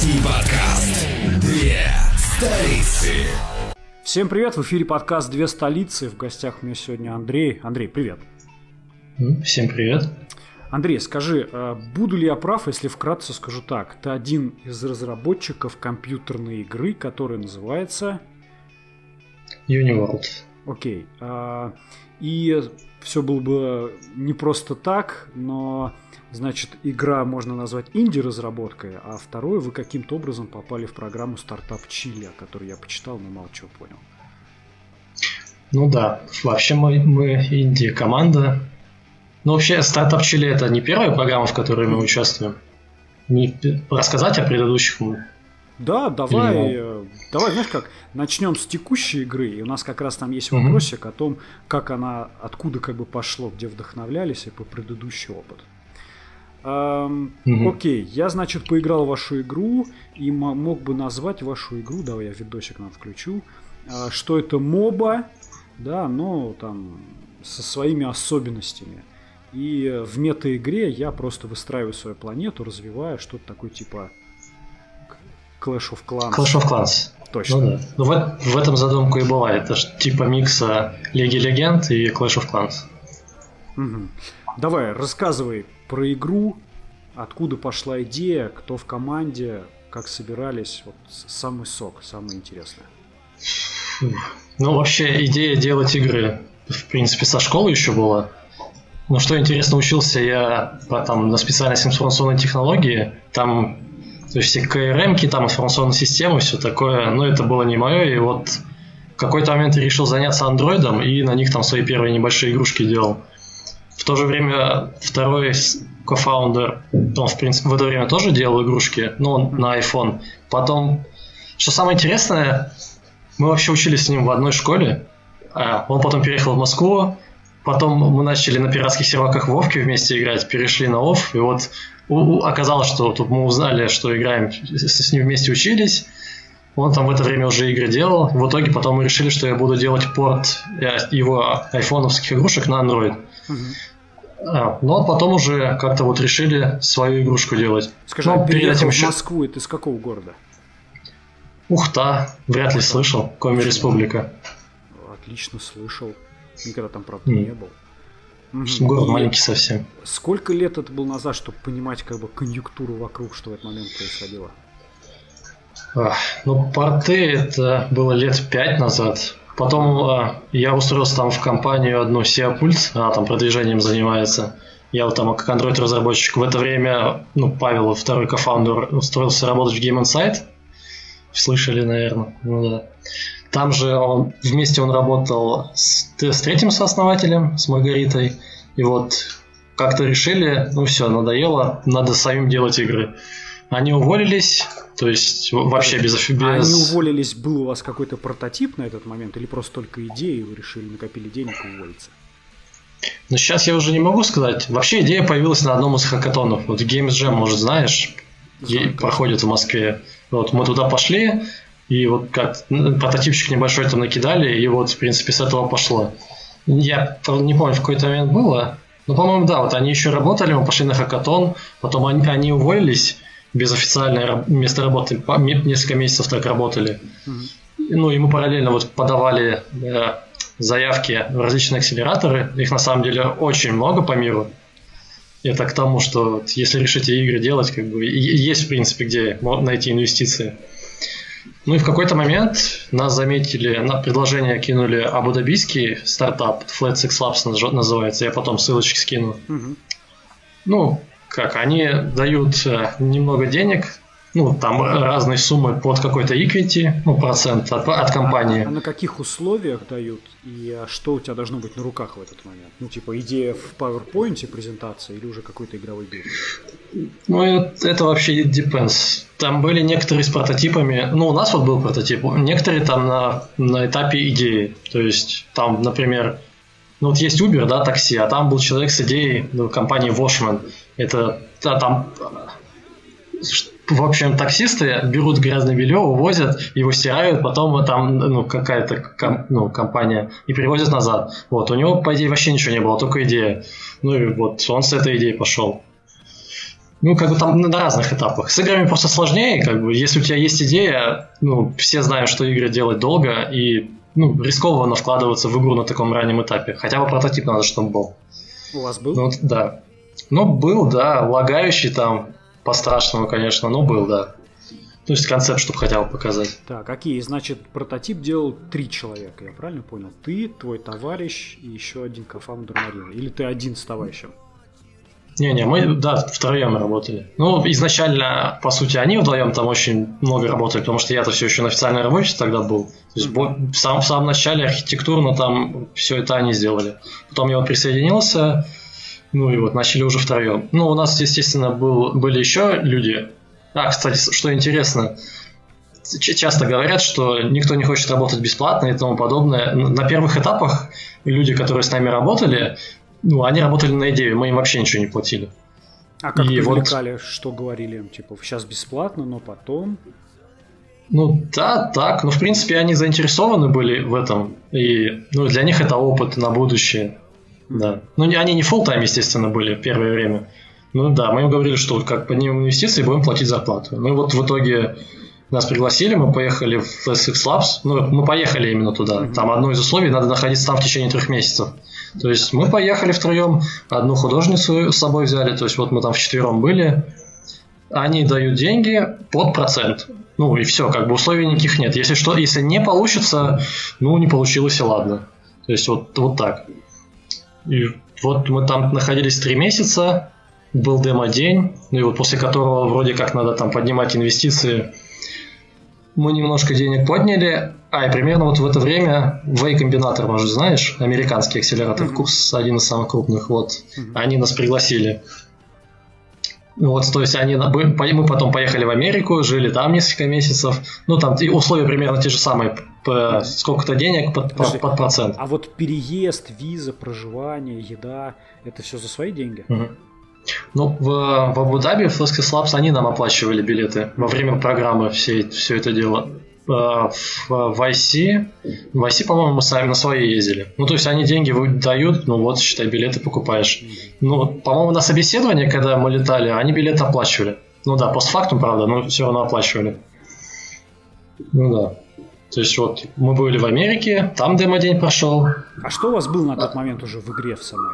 Русский подкаст «Две столицы». Всем привет, в эфире подкаст «Две столицы». В гостях у меня сегодня Андрей. Андрей, привет. Всем привет. Андрей, скажи, буду ли я прав, если вкратце скажу так? Ты один из разработчиков компьютерной игры, которая называется... Uniworld. Окей. И все было бы не просто так, но, значит, игра можно назвать инди-разработкой, а второе, вы каким-то образом попали в программу Startup Chile, которую я почитал, но мало чего понял. Ну да, вообще мы инди-команда. Ну вообще Startup Chile это не первая программа, в которой мы участвуем. Рассказать о предыдущих мы. Да, давай, знаешь как, начнем с текущей игры, и у нас как раз там есть вопросик о том, как она, откуда как бы пошло, где вдохновлялись, и по предыдущий опыт. Окей, я, значит, поиграл в вашу игру, и мог бы назвать вашу игру, давай я видосик нам включу, что это моба, да, но там со своими особенностями. И в мета-игре я просто выстраиваю свою планету, развиваю что-то такое типа... Clash of Clans. Clash of Clans. Точно. Ну, да. Ну, в этом задумку и была. Это ж типа микса Лиги Легенд и Clash of Clans. Угу. Давай, рассказывай про игру, откуда пошла идея, кто в команде, как собирались. Вот самый сок, самое интересное. Ну, вообще, идея делать игры, в принципе, со школы еще была. Ну, что интересно, учился я там на специальности информационной технологии. Там... То есть все КРМ-ки, там информационные системы, все такое, но это было не мое, и вот в какой-то момент я решил заняться андроидом, и на них там свои первые небольшие игрушки делал. В то же время второй кофаундер, он, в принципе, в это время тоже делал игрушки, но он на iPhone. Потом, что самое интересное, мы вообще учились с ним в одной школе, он потом переехал в Москву, потом мы начали на пиратских серваках в Вовке вместе играть, перешли на Вов, и вот оказалось, что тут мы узнали, что играем, с ним вместе учились. Он там в это время уже игры делал. В итоге потом мы решили, что я буду делать порт его айфоновских игрушек на Android. Но потом уже как-то вот решили свою игрушку делать. Скажи, а переехал в Москву, это из какого города? Ухта. Вряд ли слышал. Коми-республика. Отлично слышал. Никогда там, правда, не был. Город маленький совсем. Сколько лет это было назад, чтобы понимать как бы конъюнктуру вокруг, что в этот момент происходило? Ну, порты это было лет 5 назад. Потом я устроился там в компанию одну SEA-пульт, она там продвижением занимается. Я вот там как Android-разработчик. В это время, Павел, второй кофаундер, устроился работать в Game Insight. Слышали, наверное. Ну да. Там же вместе он работал с третьим сооснователем, с Маргаритой. И вот как-то решили, все, надоело, надо самим делать игры. Они уволились, то есть вообще без... Они уволились, был у вас какой-то прототип на этот момент, или просто только идеи, вы решили, накопили денег и уволиться? Ну, сейчас я уже не могу сказать. Вообще идея появилась на одном из хакатонов. Вот Games Jam, может, знаешь, проходит в Москве. Вот мы туда пошли... И вот как прототипчик небольшой там накидали, и вот, в принципе, с этого пошло. Я не помню, в какой-то момент было, но, по-моему, да, вот они еще работали, мы пошли на хакатон, потом они уволились без официальной места работы, несколько месяцев так работали. Ну, и мы параллельно вот подавали заявки в различные акселераторы, их на самом деле очень много по миру. Это к тому, что если решите игры делать, как бы есть, в принципе, где найти инвестиции. Ну и в какой-то момент нас заметили, на предложение кинули абу-дабийский стартап, Flat Six Labs называется, я потом ссылочки скину. Ну, как, они дают немного денег, там разные суммы под какой-то equity, процент от компании. А на каких условиях дают и что у тебя должно быть на руках в этот момент? Идея в PowerPoint презентации или уже какой-то игровой билд? Это вообще depends. Там были некоторые с прототипами. У нас вот был прототип. Некоторые там на этапе идеи. То есть там, например, есть Uber, да, такси, а там был человек с идеей компании Washman. Это там... В общем, таксисты берут грязное белье, увозят, его стирают, потом там какая-то компания и привозят назад. Вот, у него, по идее, вообще ничего не было, только идея. Ну и вот он с этой идеей пошел. Ну, как бы там на разных этапах. С играми просто сложнее, как бы, если у тебя есть идея, ну, все знают, что игры делать долго, и, ну, рискованно вкладываться в игру на таком раннем этапе. Хотя бы прототип надо, чтобы был. У вас был? Ну, да. Ну, был, да, лагающий там, по-страшному, конечно, но был, да. То есть концепт, чтобы хотя бы показать. Так, окей, значит, прототип делал 3 человека, я правильно понял? Ты, твой товарищ и еще один кофаундер Марина. Или ты один с товарищем? Не-не, мы, да, втроем работали. Ну, изначально, по сути, они вдвоем там очень много работали, потому что я-то все еще на официальной работе тогда был. То есть в самом начале архитектурно там все это они сделали. Потом я вот присоединился, ну и вот начали уже втроем. Ну, у нас, естественно, были еще люди. А, кстати, что интересно, часто говорят, что никто не хочет работать бесплатно и тому подобное. На первых этапах люди, которые с нами работали, ну, они работали на идею, мы им вообще ничего не платили. А как привлекали, вот... что говорили им? Типа, сейчас бесплатно, но потом... Ну, да, так. Ну, в принципе, они заинтересованы были в этом. И, ну, для них это опыт на будущее. Да. Ну, они не full-time, естественно, были первое время. Ну, да, мы им говорили, что как поднимем инвестиции, будем платить зарплату. Ну, вот в итоге нас пригласили, мы поехали в SX Labs. Ну, мы поехали именно туда. Там одно из условий, надо находиться там в течение 3 месяцев. То есть мы поехали втроем, одну художницу с собой взяли, то есть вот мы там вчетвером были, они дают деньги под процент, ну и все, как бы условий никаких нет. Если не получится, ну не получилось и ладно. То есть вот так. И вот мы там находились 3 месяца, был демо-день, ну и вот после которого вроде как надо там поднимать инвестиции, мы немножко денег подняли, и примерно вот в это время Y-комбинатор, может, знаешь, американский акселератор, курс один из самых крупных, вот, они нас пригласили. Вот, то есть мы потом поехали в Америку, жили там несколько месяцев, ну там условия примерно те же самые, сколько-то денег под процент. А вот переезд, виза, проживание, еда, это все за свои деньги? Ну, в Абу-Даби, в SX Labs, они нам оплачивали билеты во время программы, все это дело. В IC, по-моему, мы сами на свои ездили. Ну, то есть они деньги дают, ну вот, считай, билеты покупаешь. Ну, по-моему, на собеседование, когда мы летали, они билеты оплачивали. Ну да, постфактум, правда, но все равно оплачивали. Ну да. То есть вот мы были в Америке, там демо-день прошел. А что у вас было на тот момент уже в игре в самой?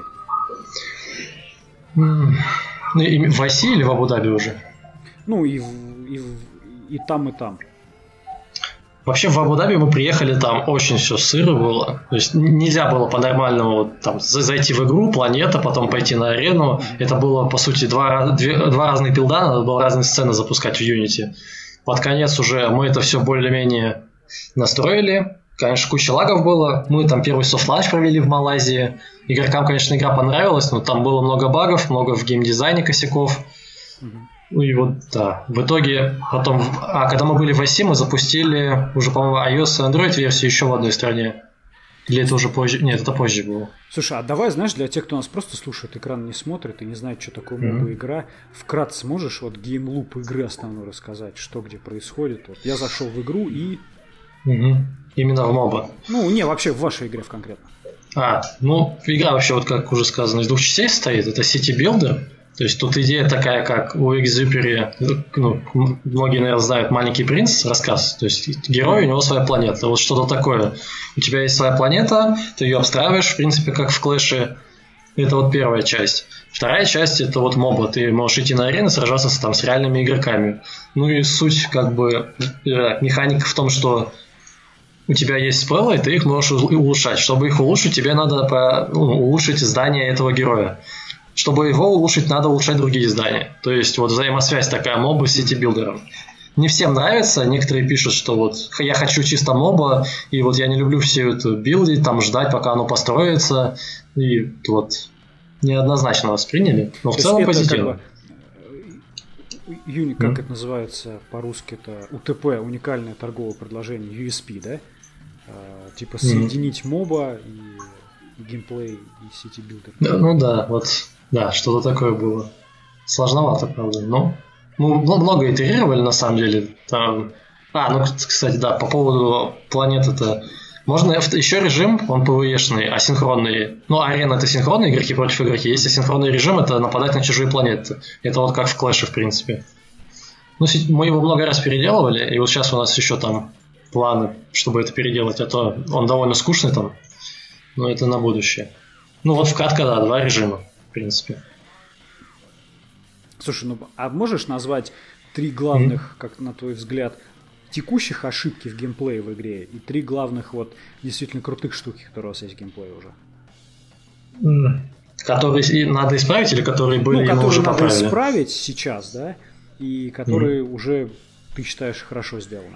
В IC или в Абу-Даби уже? Ну, и там, и там. Вообще в Абу-Даби мы приехали, там очень все сыро было. То есть нельзя было по-нормальному вот, там, зайти в игру, планета, потом пойти на арену. Это было, по сути, два разных билда, надо было разные сцены запускать в Unity. Под конец уже мы это все более-менее настроили. Конечно, куча лагов было. Мы там первый софт-ланч провели в Малайзии. Игрокам, конечно, игра понравилась, но там было много багов, много в геймдизайне косяков. Ну и вот, да. В итоге потом... когда мы были в IC, мы запустили уже, по-моему, iOS и Android версию еще в одной стране. Или это уже позже? Нет, это позже было. Слушай, а давай, знаешь, для тех, кто нас просто слушает, экран не смотрит и не знает, что такое моба-игра, вкратце можешь вот геймлуп игры основной рассказать, что где происходит? Вот я зашел в игру и... Именно в моба? Ну, не, вообще в вашей игре конкретно. Ну, игра вообще, вот как уже сказано, из 2 частей состоит. Это City Builder. То есть тут идея такая, как у Экзюпери, ну, многие, наверное, знают «Маленький принц», рассказ. То есть герой, у него своя планета. Вот что-то такое. У тебя есть своя планета, ты ее обстраиваешь, в принципе, как в Клэше. Это вот первая часть. Вторая часть – это вот моба. Ты можешь идти на арену, сражаться там с реальными игроками. Ну и суть, как бы, механика в том, что у тебя есть спеллы, и ты их можешь улучшать. Чтобы их улучшить, тебе надо улучшить здание этого героя. Чтобы его улучшить, надо улучшать другие здания. То есть вот взаимосвязь такая моба с сити-билдером. Не всем нравится, некоторые пишут, что вот я хочу чисто моба, и вот я не люблю всю эту билдить, там ждать, пока оно построится. И вот неоднозначно восприняли, но в целом позитивно. Как это называется по-русски, это УТП, уникальное торговое предложение, USP, да? Типа соединить моба и геймплей, и сити-билдер. Ну да, вот, да, что-то такое было. Сложновато, правда, но мы много итерировали, на самом деле. Там... ну, кстати, да, по поводу планет, это Можно еще режим, он PvE-шный, асинхронный. Ну, арена — это синхронные игроки против игроки. Есть асинхронный режим, это нападать на чужие планеты. Это вот как в Клэше, в принципе. Ну, мы его много раз переделывали, и вот сейчас у нас еще там планы, чтобы это переделать. А то он довольно скучный там, но это на будущее. Ну, вот вкратце, да, 2 режима, в принципе. Слушай, ну, а можешь назвать 3 главных, как на твой взгляд, текущих ошибки в геймплее в игре и 3 главных вот действительно крутых штуки, которые у вас есть в геймплее уже? Которые надо исправить или которые были, которые уже надо поправили? исправить сейчас, да, и которые уже, ты считаешь, хорошо сделаны.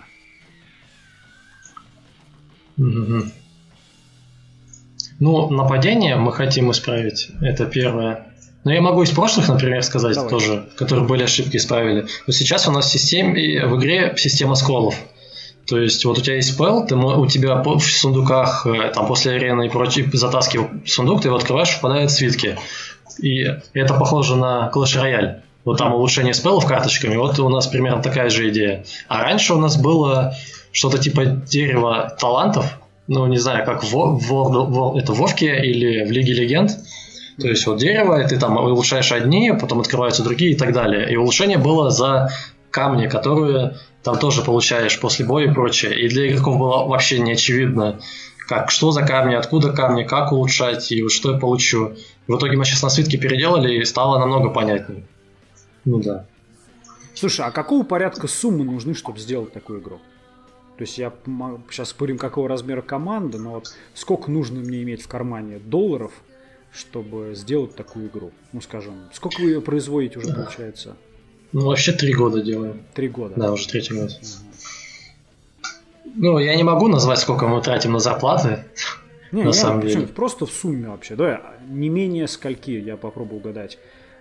Ну, нападение мы хотим исправить, это первое. Но я могу из прошлых, например, сказать тоже, которые были ошибки, исправили. Но сейчас у нас в игре система скроллов. То есть вот у тебя есть спелл, у тебя в сундуках, там после арены и прочее, затаскивал сундук, ты его открываешь, попадают свитки. И это похоже на Clash Royale. Вот там улучшение спеллов карточками, вот у нас примерно такая же идея. А раньше у нас было что-то типа дерева талантов, ну не знаю, как это в Вовке или в Лиге Легенд. То есть вот дерево, и ты там улучшаешь одни, потом открываются другие и так далее. И улучшение было за камни, которые там тоже получаешь после боя и прочее. И для игроков было вообще не очевидно, что за камни, откуда камни, как улучшать и что я получу. В итоге мы сейчас на свитке переделали, и стало намного понятнее. Ну да. Слушай, а какого порядка суммы нужны, чтобы сделать такую игру? То есть я сейчас спорим, какого размера команда, но вот сколько нужно мне иметь в кармане долларов, чтобы сделать такую игру? Ну, скажем, сколько вы ее производите уже, получается? Ну, вообще 3 года делаем. 3 года? Да, уже 3-й год. Ну, я не могу назвать, сколько мы тратим на зарплаты, на самом деле. Просто в сумме вообще. Да, не менее скольки, я попробую угадать.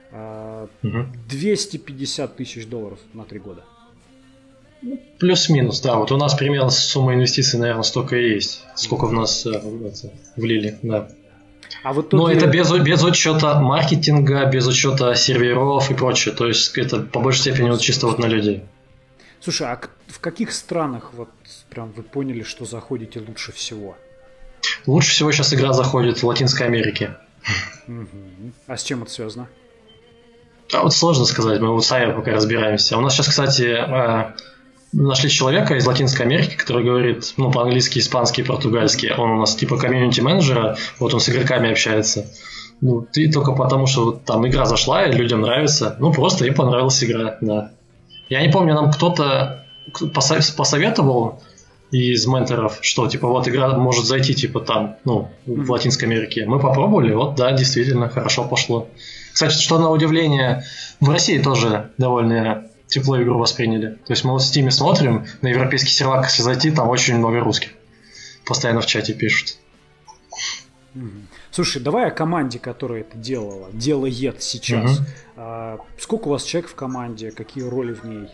250 тысяч долларов на 3 года. Плюс-минус, да. Вот у нас примерно сумма инвестиций, наверное, столько и есть. Сколько в нас влили, да. А в итоге... Но это без учета маркетинга, без учета серверов и прочее. То есть это по большей степени вот чисто вот на людей. Слушай, а в каких странах вот прям вы поняли, что заходите лучше всего? Лучше всего сейчас игра заходит в Латинской Америке. А с чем это связано? А вот сложно сказать, мы вот сами пока разбираемся. У нас сейчас, кстати, нашли человека из Латинской Америки, который говорит, ну, по-английски, испански, португальски. Он у нас типа комьюнити-менеджера, вот он с игроками общается. Ну, и только потому, что вот там игра зашла, и людям нравится. Ну, просто им понравилась игра, да. Я не помню, нам кто-то посоветовал из менторов, что типа вот игра может зайти типа там, ну, в Латинской Америке. Мы попробовали, вот, да, действительно, хорошо пошло. Кстати, что на удивление, в России тоже довольно тепло игру восприняли. То есть мы вот в Steam смотрим, на европейский сервак, если зайти, там очень много русских. Постоянно в чате пишут. Слушай, давай о команде, которая это делает сейчас. Сколько у вас человек в команде, какие роли в ней?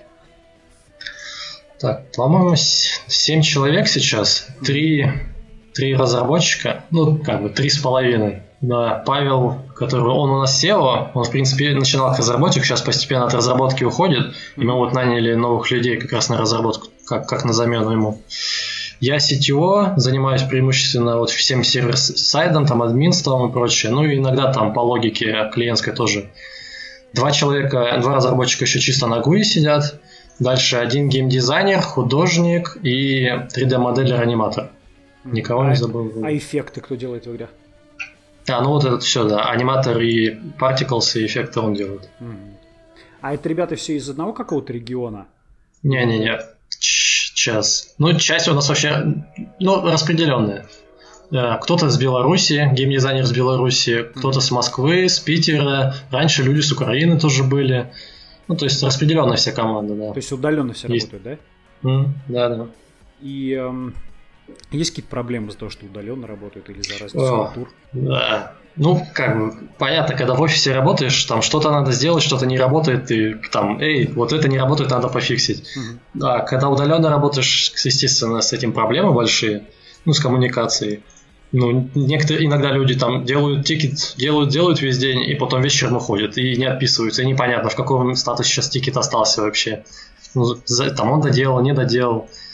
Так, по-моему, 7 человек сейчас, 3 разработчика, ну, как бы 3,5. Да, Павел, он у нас SEO, он, в принципе, начинал как разработчик, сейчас постепенно от разработки уходит, и мы вот наняли новых людей как раз на разработку, как на замену ему. Я CTO, занимаюсь преимущественно вот всем сервер-сайдом, там, админством и прочее, ну, и иногда там по логике клиентской тоже. 2 разработчика еще чисто на GUI сидят, дальше 1 геймдизайнер, художник и 3D-моделер-аниматор. Никого не забыл. А эффекты кто делает в игре? Ну вот это все, да. Аниматор и particles, и эффекты он делает. А это ребята все из одного какого-то региона? Не-не-не. Сейчас. Ну, часть у нас вообще, распределенная. Кто-то с Беларуси, геймдизайнер с Беларуси, кто-то с Москвы, с Питера. Раньше люди с Украины тоже были. Ну, то есть распределенная вся команда, да. То есть удаленно все работают, да? Да. И есть какие-то проблемы из-за того, что удаленно работают или за разницу культур? Да. Ну, как бы, понятно, когда в офисе работаешь, там что-то надо сделать, что-то не работает, и там, вот это не работает, надо пофиксить. А когда удаленно работаешь, естественно, с этим проблемы большие, с коммуникацией. Иногда люди там делают тикет, делают весь день, и потом вечером уходят, и не отписываются, и непонятно, в каком статусе сейчас тикет остался вообще. Там он доделал, не доделал.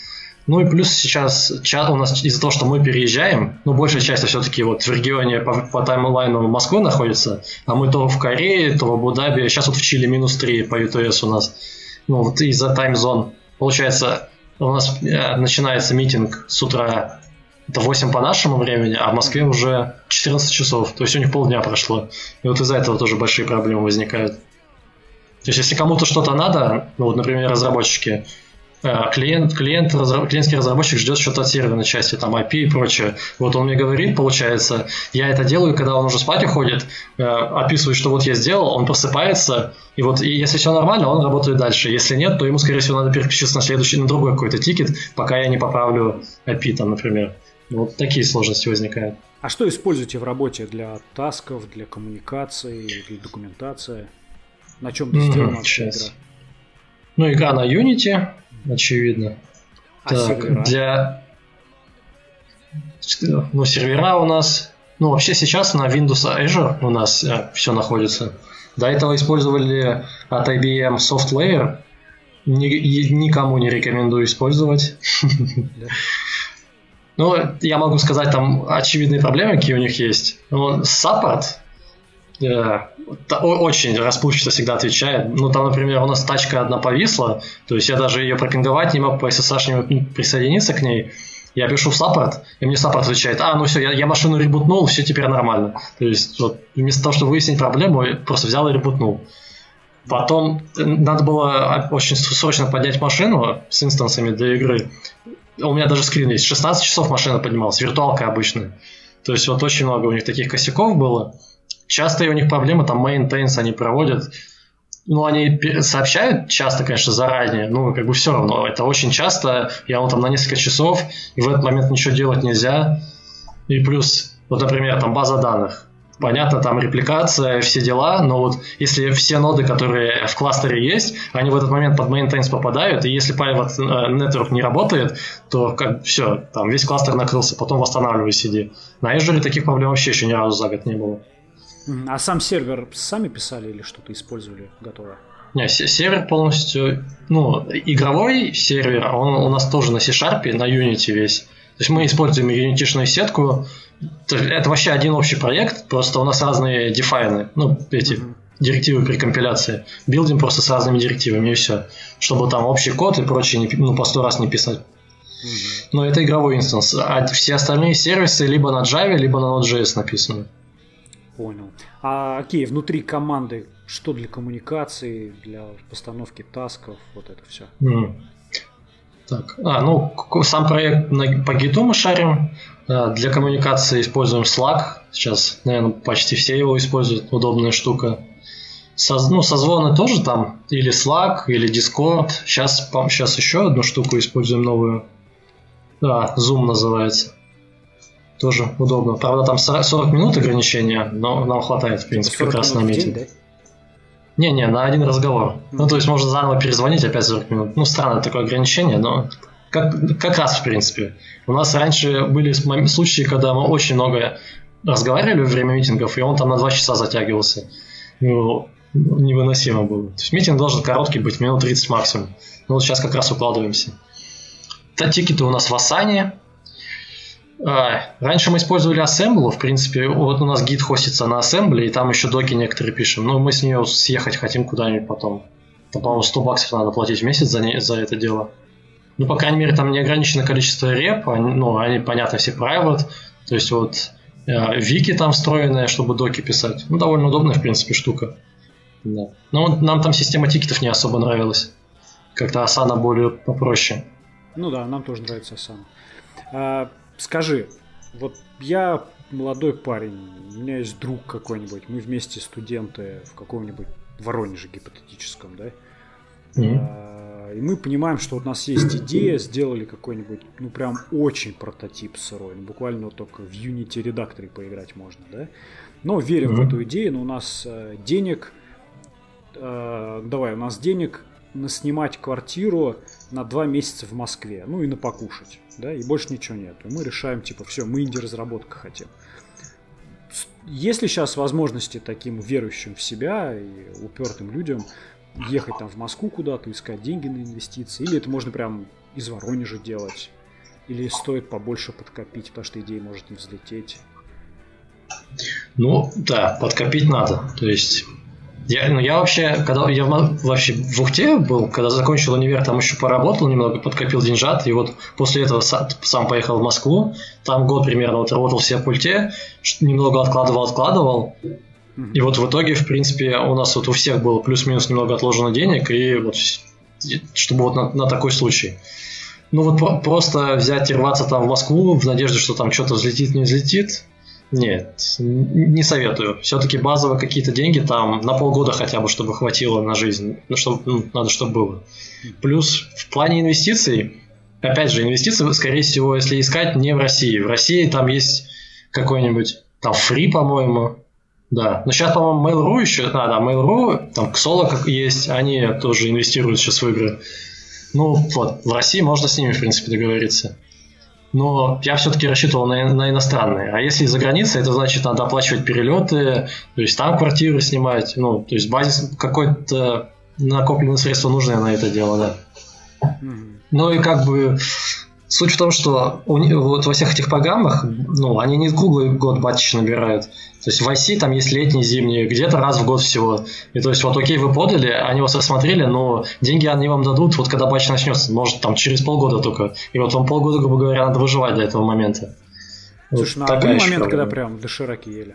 Ну и плюс сейчас у нас из-за того, что мы переезжаем, ну, большая часть все-таки вот в регионе по таймлайну Москвы находится, а мы то в Корее, то в Абу-Даби, сейчас вот в Чили -3 по ЮТС у нас. Ну, вот из-за таймзон. Получается, у нас начинается митинг с утра, это 8 по нашему времени, а в Москве уже 14 часов, то есть у них полдня прошло. И вот из-за этого тоже большие проблемы возникают. То есть если кому-то что-то надо, ну вот, например, разработчики, клиентский разработчик ждет что-то от серверной части, там IP и прочее. Вот он мне говорит, получается, я это делаю, когда он уже спать уходит, описывает, что вот я сделал, он просыпается, и вот и если все нормально, он работает дальше. Если нет, то ему, скорее всего, надо переключиться на другой какой-то тикет, пока я не поправлю API, там, например. Вот такие сложности возникают. А что используете в работе для тасков, для коммуникации, для документации? На чем сделана игра? Ну, игра на Unity, очевидно. А сервера? Ну, сервера у нас... Ну, вообще сейчас на Windows Azure у нас все находится. До этого использовали от IBM SoftLayer. Никому не рекомендую использовать. Ну, я могу сказать, там очевидные проблемы, какие у них есть. Саппорт очень расплывчато всегда отвечает. Ну, там, например, у нас тачка одна повисла, то есть я даже ее пропинговать не мог, по SSH не мог присоединиться к ней. Я пишу в саппорт, и мне саппорт отвечает: ну все, я машину ребутнул, все теперь нормально. То есть вот, вместо того, чтобы выяснить проблему, я просто взял и ребутнул. Потом надо было очень срочно поднять машину с инстансами для игры. У меня даже скрин есть. 16 часов машина поднималась, виртуалка обычная. То есть вот очень много у них таких косяков было. Часто у них проблемы, там maintains они проводят. Ну, они сообщают часто, конечно, заранее, но как бы все равно. Это очень часто, я там на несколько часов, и в этот момент ничего делать нельзя. И плюс, вот, например, там база данных. Понятно, там репликация, все дела, но вот если все ноды, которые в кластере есть, они в этот момент под maintains попадают, и если private network не работает, то как все, там весь кластер накрылся, потом восстанавливай, сиди. На Azure таких проблем вообще еще ни разу за год не было. А сам сервер сами писали или что-то использовали готово? Не, сервер полностью, ну, игровой сервер, он у нас тоже на C-Sharp, на Unity весь. То есть мы используем Unity-шную сетку. Это вообще один общий проект, просто у нас разные дефайны, ну, эти директивы при компиляции. Билдим просто с разными директивами, и все. Чтобы там общий код и прочее по 100 раз не писать. Но это игровой инстанс. А все остальные сервисы либо на Java, либо на Node.js написаны. Понял. А окей, внутри команды что для коммуникации, для постановки тасков, вот это все? Так, сам проект по гиту мы шарим. Для коммуникации используем Slack. Сейчас, наверное, почти все его используют. Удобная штука. Созвоны тоже там. Или Slack, или Discord. Сейчас еще одну штуку используем новую. Zoom называется. Тоже удобно. Правда, там 40 минут ограничения, но нам хватает, в принципе, как раз на митинг. Да? Не, на один разговор. Ну, то есть можно заново перезвонить опять 40 минут. Ну, странное такое ограничение, но как раз, в принципе. У нас раньше были случаи, когда мы очень много разговаривали во время митингов, и он там на 2 часа затягивался. Ну, невыносимо было. То есть митинг должен короткий быть, минут 30 максимум. Ну, вот сейчас как раз укладываемся. Тикеты у нас в Asana. Раньше мы использовали Assemble, в принципе, вот у нас гид хостится на Assemble, и там еще доки некоторые пишем, но мы с нее съехать хотим куда-нибудь потом. Там, по-моему, $100 надо платить в месяц за это дело. Ну, по крайней мере, там неограниченное количество реп, они, понятно, все private, то есть вот вики там встроенная, чтобы доки писать. Ну, довольно удобная, в принципе, штука. Да. Но нам там система тикетов не особо нравилась. Как-то Asana более попроще. Ну да, нам тоже нравится Asana. Скажи, вот я молодой парень, у меня есть друг какой-нибудь, мы вместе студенты в каком-нибудь Воронеже гипотетическом, да? И мы понимаем, что вот у нас есть идея, сделали какой-нибудь, ну прям очень прототип сырой, буквально вот только в Unity редакторе поиграть можно, да? Но верим в эту идею, но у нас денег, у нас денег на снимать квартиру на 2 месяца в Москве, ну и на покушать, да, и больше ничего нет. И мы решаем, все, мы инди-разработка хотим. Есть ли сейчас возможности таким верующим в себя и упертым людям ехать там в Москву куда-то, искать деньги на инвестиции, или это можно прям из Воронежа делать? Или стоит побольше подкопить, потому что идея может не взлететь? Ну, да, подкопить надо. То есть, я вообще, когда я вообще в Ухте был, когда закончил универ, там еще поработал немного, подкопил деньжат, и вот после этого сам поехал в Москву, там год примерно вот работал в Сепульте, немного откладывал, и вот в итоге, в принципе, у нас вот у всех было плюс-минус немного отложено денег, и вот чтобы вот на такой случай. Ну вот просто взять и рваться там в Москву в надежде, что там что-то взлетит, не взлетит, нет, не советую. Все-таки базовые какие-то деньги там на полгода хотя бы, чтобы хватило на жизнь. Надо, чтобы было. Плюс в плане инвестиций, опять же, инвестиции, скорее всего, если искать, не в России. В России там есть какой-нибудь, там, Free, по-моему. Да. Но сейчас, по-моему, Mail.ru еще. Да, Mail.ru, там, Xolo как есть, они тоже инвестируют сейчас в игры. Ну, вот, в России можно с ними, в принципе, договориться. Но я все-таки рассчитывал на иностранные. А если за границей, это значит, надо оплачивать перелеты, то есть там квартиры снимать. Ну, то есть базис какое-то накопленное средство нужное на это дело, да. Ну и как бы суть в том, что вот во всех этих программах, ну, они не круглый год батчи набирают. То есть в IC там есть летние, зимние, где-то раз в год всего. И то есть вот окей, вы подали, они вас рассмотрели, но деньги они вам дадут, вот когда батч начнется, может там через полгода только. И вот вам полгода, грубо говоря, надо выживать до этого момента. Слушай, вот был момент, когда прям дошираки ели?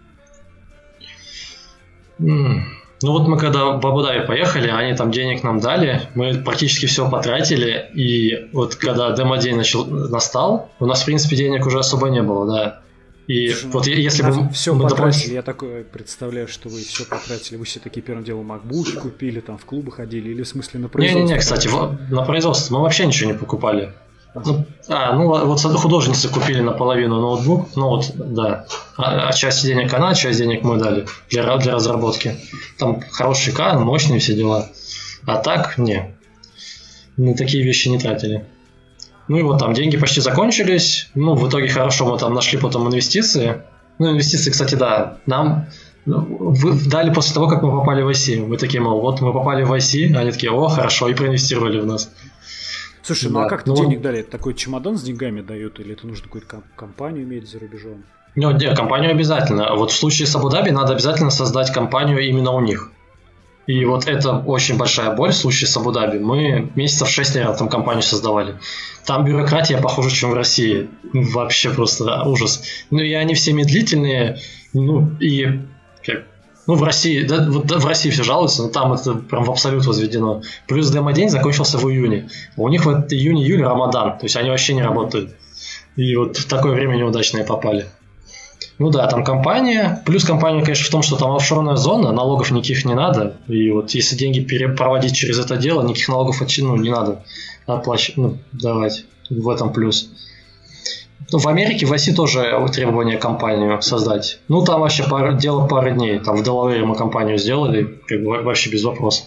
Ну вот мы когда в Абу-Даби поехали, они там денег нам дали, мы практически все потратили, и вот когда демо-день настал, у нас в принципе денег уже особо не было, да. И слушай, вот если бы все потратили, я такое представляю, что вы все потратили, вы все такие первым делом MacBook купили, там в клубы ходили, или в смысле на производство? Не-не-не, кстати, на производство мы вообще ничего не покупали. Ну вот художницы купили наполовину ноутбук, ну вот, да. А часть денег она, часть денег мы дали для разработки. Там хороший экран, мощные все дела. А так, не. Мы такие вещи не тратили. Ну и вот там деньги почти закончились. Ну, в итоге хорошо, мы там нашли потом инвестиции. Ну, инвестиции, кстати, да, нам дали после того, как мы попали в IC. Мы такие, мол, вот мы попали в IC, они такие, о, хорошо, и проинвестировали в нас. Слушай, ну а как денег дали? Это такой чемодан с деньгами дают, или это нужно какую-то компанию иметь за рубежом? Ну, нет, компанию обязательно. Вот в случае с Абу-Даби надо обязательно создать компанию именно у них. И вот это очень большая боль в случае с Абу-Даби. Мы месяцев 6, наверное, там компанию создавали. Там бюрократия похуже, чем в России. Вообще просто ужас. Ну и они все медлительные. Ну и... Ну, в России, да, вот в России все жалуются, но там это прям в абсолют возведено. Плюс демо-день закончился в июне. У них в июне-июле Рамадан, то есть они вообще не работают. И вот в такое время неудачное попали. Ну да, там компания. Плюс компания, конечно, в том, что там офшорная зона, налогов никаких не надо. И вот если деньги проводить через это дело, никаких налогов не надо давать. В этом плюс. Ну, в Америке, в России тоже требование компанию создать. Ну, там вообще дело пары дней. Там в Делавере мы компанию сделали, как бы вообще без вопросов.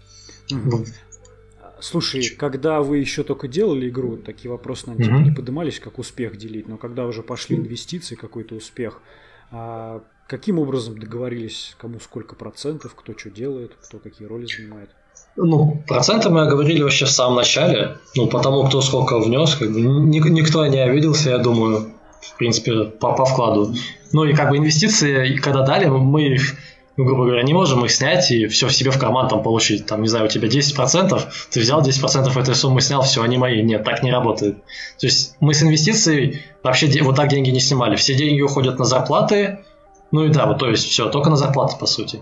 Слушай, когда вы еще только делали игру, такие вопросы нам типа не поднимались, как успех делить, но когда уже пошли инвестиции, какой-то успех, каким образом договорились, кому сколько процентов, кто что делает, кто какие роли занимает? Ну, проценты мы оговорили вообще в самом начале. Ну, потому кто сколько внес, как бы никто не обиделся, я думаю, в принципе, по вкладу. Ну и как бы инвестиции, когда дали, мы их, грубо говоря, не можем их снять и все в себе в карман там получить. Там, не знаю, у тебя 10%, ты взял 10% этой суммы, снял, все, они мои. Нет, так не работает. То есть мы с инвестицией вообще вот так деньги не снимали. Все деньги уходят на зарплаты. Ну и да, вот то есть все, только на зарплаты, по сути.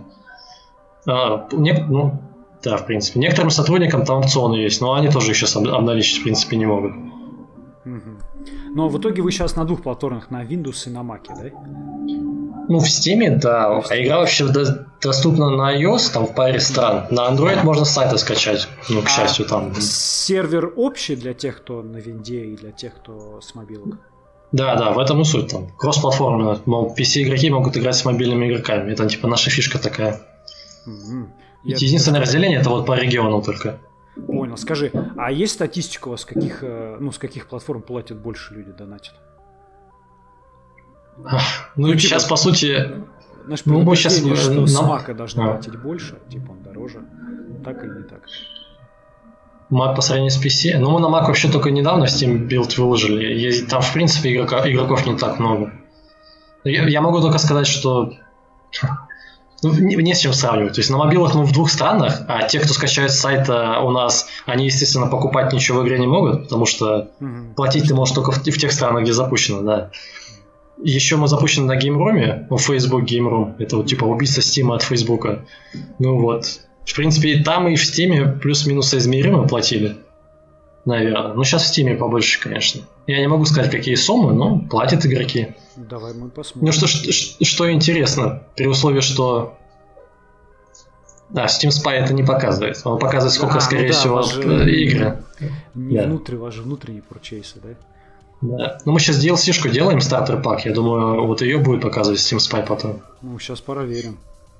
Да, в принципе. Некоторым сотрудникам там опционы есть, но они тоже сейчас обналичить, в принципе, не могут. Но в итоге вы сейчас на двух платформах, на Windows и на Mac, да? Ну, в Steam, да. А игра вообще доступна на iOS, там в паре стран. На Android можно с сайта скачать, ну, к счастью, там. Сервер общий для тех, кто на винде, и для тех, кто с мобилок? Да, в этом и суть. Там кросс-платформенно. Мол, PC-игроки могут играть с мобильными игроками. Это типа наша фишка такая. Единственное разделение это вот по региону только. Понял. Скажи, а есть статистика у вас, с каких платформ платят больше люди, донатят? Ну, типа, сейчас, по сути... Знаешь, предупреждение, что с Мака должны платить больше, типа он дороже. Так или не так? Mac по сравнению с PC? Ну, мы на Mac вообще только недавно в Steam билд выложили. Там, в принципе, игроков не так много. Я могу только сказать, что не с чем сравнивать. То есть на мобилах мы в 2 странах, а те, кто скачает с сайта у нас, они, естественно, покупать ничего в игре не могут, потому что платить ты можешь только в тех странах, где запущено, да. Еще мы запущены на геймруме, Facebook Game Room. Это вот типа убийца Steam от Фейсбука. Ну вот. В принципе, и там, и в Steam плюс-минус соизмеримо платили. Наверное. Ну, сейчас в Steam побольше, конечно. Я не могу сказать, какие суммы, но платят игроки. Давай мы посмотрим. Ну, что интересно, при условии, что... Да, Steam Spy это не показывает. Он показывает, сколько, скорее всего, игры. Не внутри, ваши внутренние пурчейсы, да? Да. Ну, мы сейчас DLC-шку делаем, стартер пак. Я думаю, вот ее будет показывать Steam Spy потом. Ну, сейчас проверим.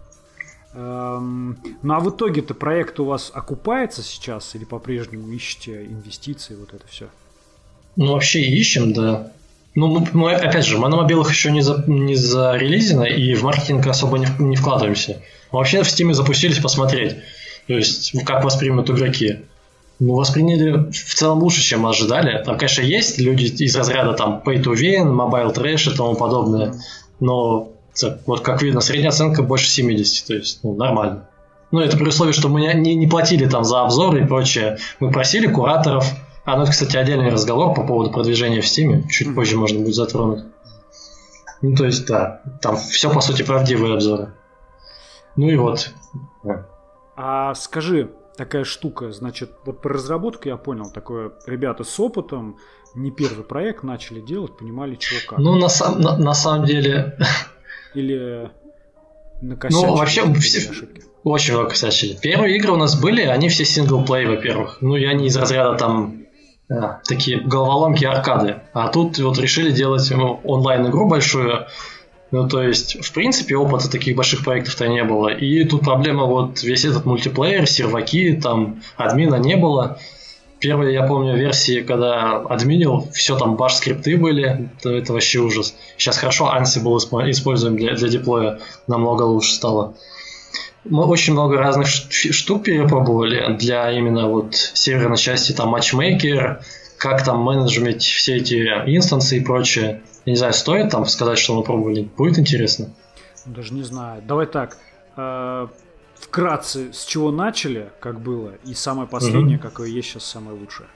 Ну, а в итоге-то проект у вас окупается сейчас или по-прежнему ищете инвестиции, вот это все? Ну, вообще ищем, да. Ну, мы опять же, мы на мобилах еще не зарелизено, и в маркетинг особо не вкладываемся. Мы вообще в Steam запустились посмотреть, то есть, как воспримут игроки. Ну, восприняли в целом лучше, чем мы ожидали. Там, конечно, есть люди из разряда там Pay to Win, Mobile Trash и тому подобное, но вот как видно, средняя оценка больше 70, то есть, ну, нормально. Ну, это при условии, что мы не платили там за обзоры и прочее. Мы просили кураторов. Ну, это, кстати, отдельный разговор по поводу продвижения в Steam. Чуть позже можно будет затронуть. Ну, то есть, да, там все, по сути, правдивые обзоры. Ну и вот. А скажи, такая штука, значит, вот про разработку я понял, такое, ребята с опытом, не первый проект начали делать, понимали, чего как. Ну, на самом деле... Или накосячили? Ну, вообще, очень много косячили. Первые игры у нас были, они все синглплей, во-первых. Ну, и они из разряда там такие головоломки, аркады. А тут вот решили делать онлайн-игру большую. Ну, то есть, в принципе, опыта таких больших проектов-то не было. И тут проблема вот весь этот мультиплеер, серваки, там админа не было. Первые, я помню, версии, когда админил, все там баш-скрипты были, это вообще ужас. Сейчас хорошо, Ansible используем для деплоя, намного лучше стало. Мы очень много разных штук перепробовали для именно вот серверной части, там матчмейкер, как там менеджмент все эти инстансы и прочее. Я не знаю, стоит там сказать, что мы пробовали? Будет интересно? Даже не знаю. Давай так. Вкратце, с чего начали, как было, и самое последнее, какое есть сейчас самое лучшее.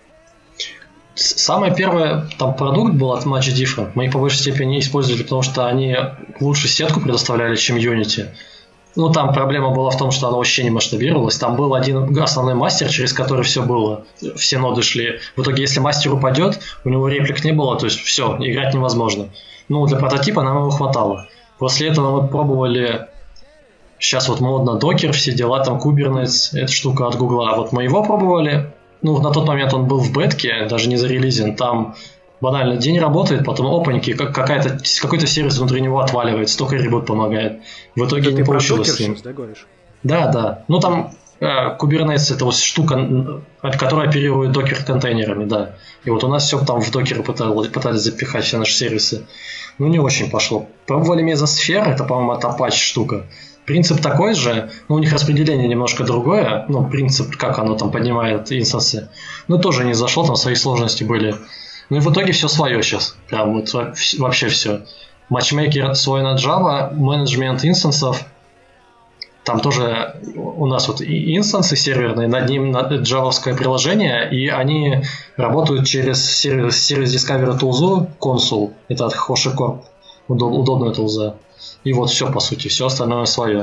Самое первое, там продукт был от Much Different. Мы их по большей степени использовали, потому что они лучше сетку предоставляли, чем Unity. Ну, там проблема была в том, что она вообще не масштабировалась. Там был один основной мастер, через который все было. Все ноды шли. В итоге, если мастер упадет, у него реплик не было, то есть все, играть невозможно. Ну, для прототипа нам его хватало. После этого мы пробовали... Сейчас вот модно докер, все дела, там Kubernetes, эта штука от Гугла. Вот мы его пробовали. Ну, на тот момент он был в бетке, даже не зарелизен. Там банально день работает, потом опаньки, какой-то сервис внутри него отваливается, только ребут помогает. В итоге не получилось с ним. Сейчас, да, говоришь? Да. Ну, там Kubernetes это вот штука, которая оперирует докер-контейнерами, да. И вот у нас все там в докеры пытались запихать все наши сервисы. Ну, не очень пошло. Пробовали Mesosphere, это, по-моему, от Apache штука. Принцип такой же, но у них распределение немножко другое. Ну, принцип, как оно там поднимает инстансы. Ну, тоже не зашло, там свои сложности были. Ну и в итоге все свое сейчас. Прям вот вообще все. Матчмейкер свой на Java, менеджмент инстансов. Там тоже у нас вот инстансы серверные, над ним джавовское приложение, и они работают через сервис Discovery Tools, Consul. Это от HashiCorp. Удобная тулза. И вот все, по сути, все остальное свое.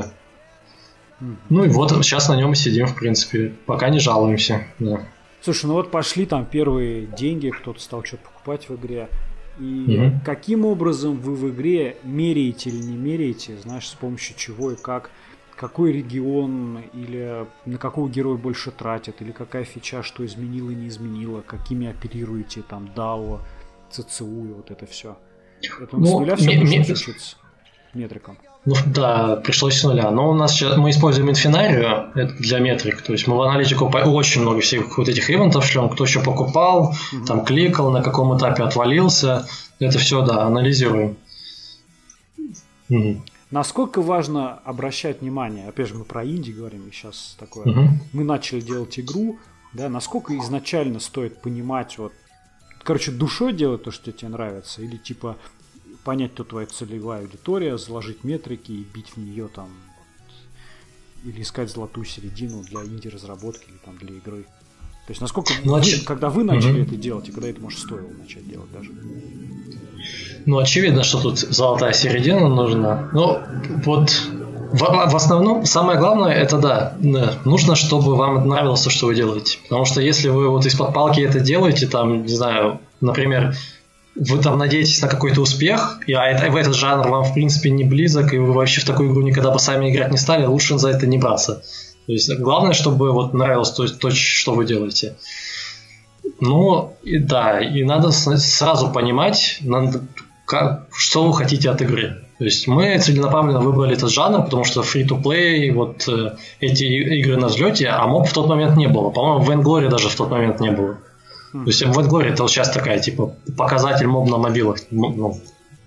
Ну и вот сейчас на нем и сидим, в принципе. Пока не жалуемся. Да. Слушай, ну вот пошли там первые деньги, кто-то стал что-то покупать в игре. И каким образом вы в игре меряете или не меряете, знаешь, с помощью чего и как, какой регион или на какого героя больше тратят, или какая фича что изменила и не изменила, какими оперируете там DAO, CCU и вот это все. Это с нуля все пришлось учиться метрикам. Ну да, пришлось с нуля. Но у нас сейчас мы используем инфинарию для метрик. То есть мы в аналитику очень много всех вот этих ивентов шлем, кто еще покупал, там кликал, на каком этапе отвалился. Это все, да, анализируем. Насколько важно обращать внимание, опять же, мы про инди говорим, и сейчас такое, мы начали делать игру, Да, насколько изначально стоит понимать, вот, короче, душой делать то, что тебе нравится, или типа понять, кто твоя целевая аудитория, заложить метрики и бить в нее там, вот, или искать золотую середину для инди-разработки или там для игры. То есть насколько когда вы начали это делать, и когда это, может, стоило начать делать даже? Ну, очевидно, что тут золотая середина нужна. Ну, вот в основном самое главное это да, нужно, чтобы вам нравилось то, что вы делаете. Потому что если вы вот из-под палки это делаете, там, не знаю, например, вы там надеетесь на какой-то успех, в этот жанр вам в принципе не близок, и вы вообще в такую игру никогда бы сами играть не стали, лучше за это не браться. То есть главное, чтобы вот нравилось то, что вы делаете. Ну, и да, и надо сразу понимать, что вы хотите от игры. То есть мы целенаправленно выбрали этот жанр, потому что free-to-play, вот эти игры на взлете, а моб в тот момент не было. По-моему, в Vainglory даже в тот момент не было. То есть в Vainglory это вот сейчас такая, типа, показатель моб на мобилах. Ну.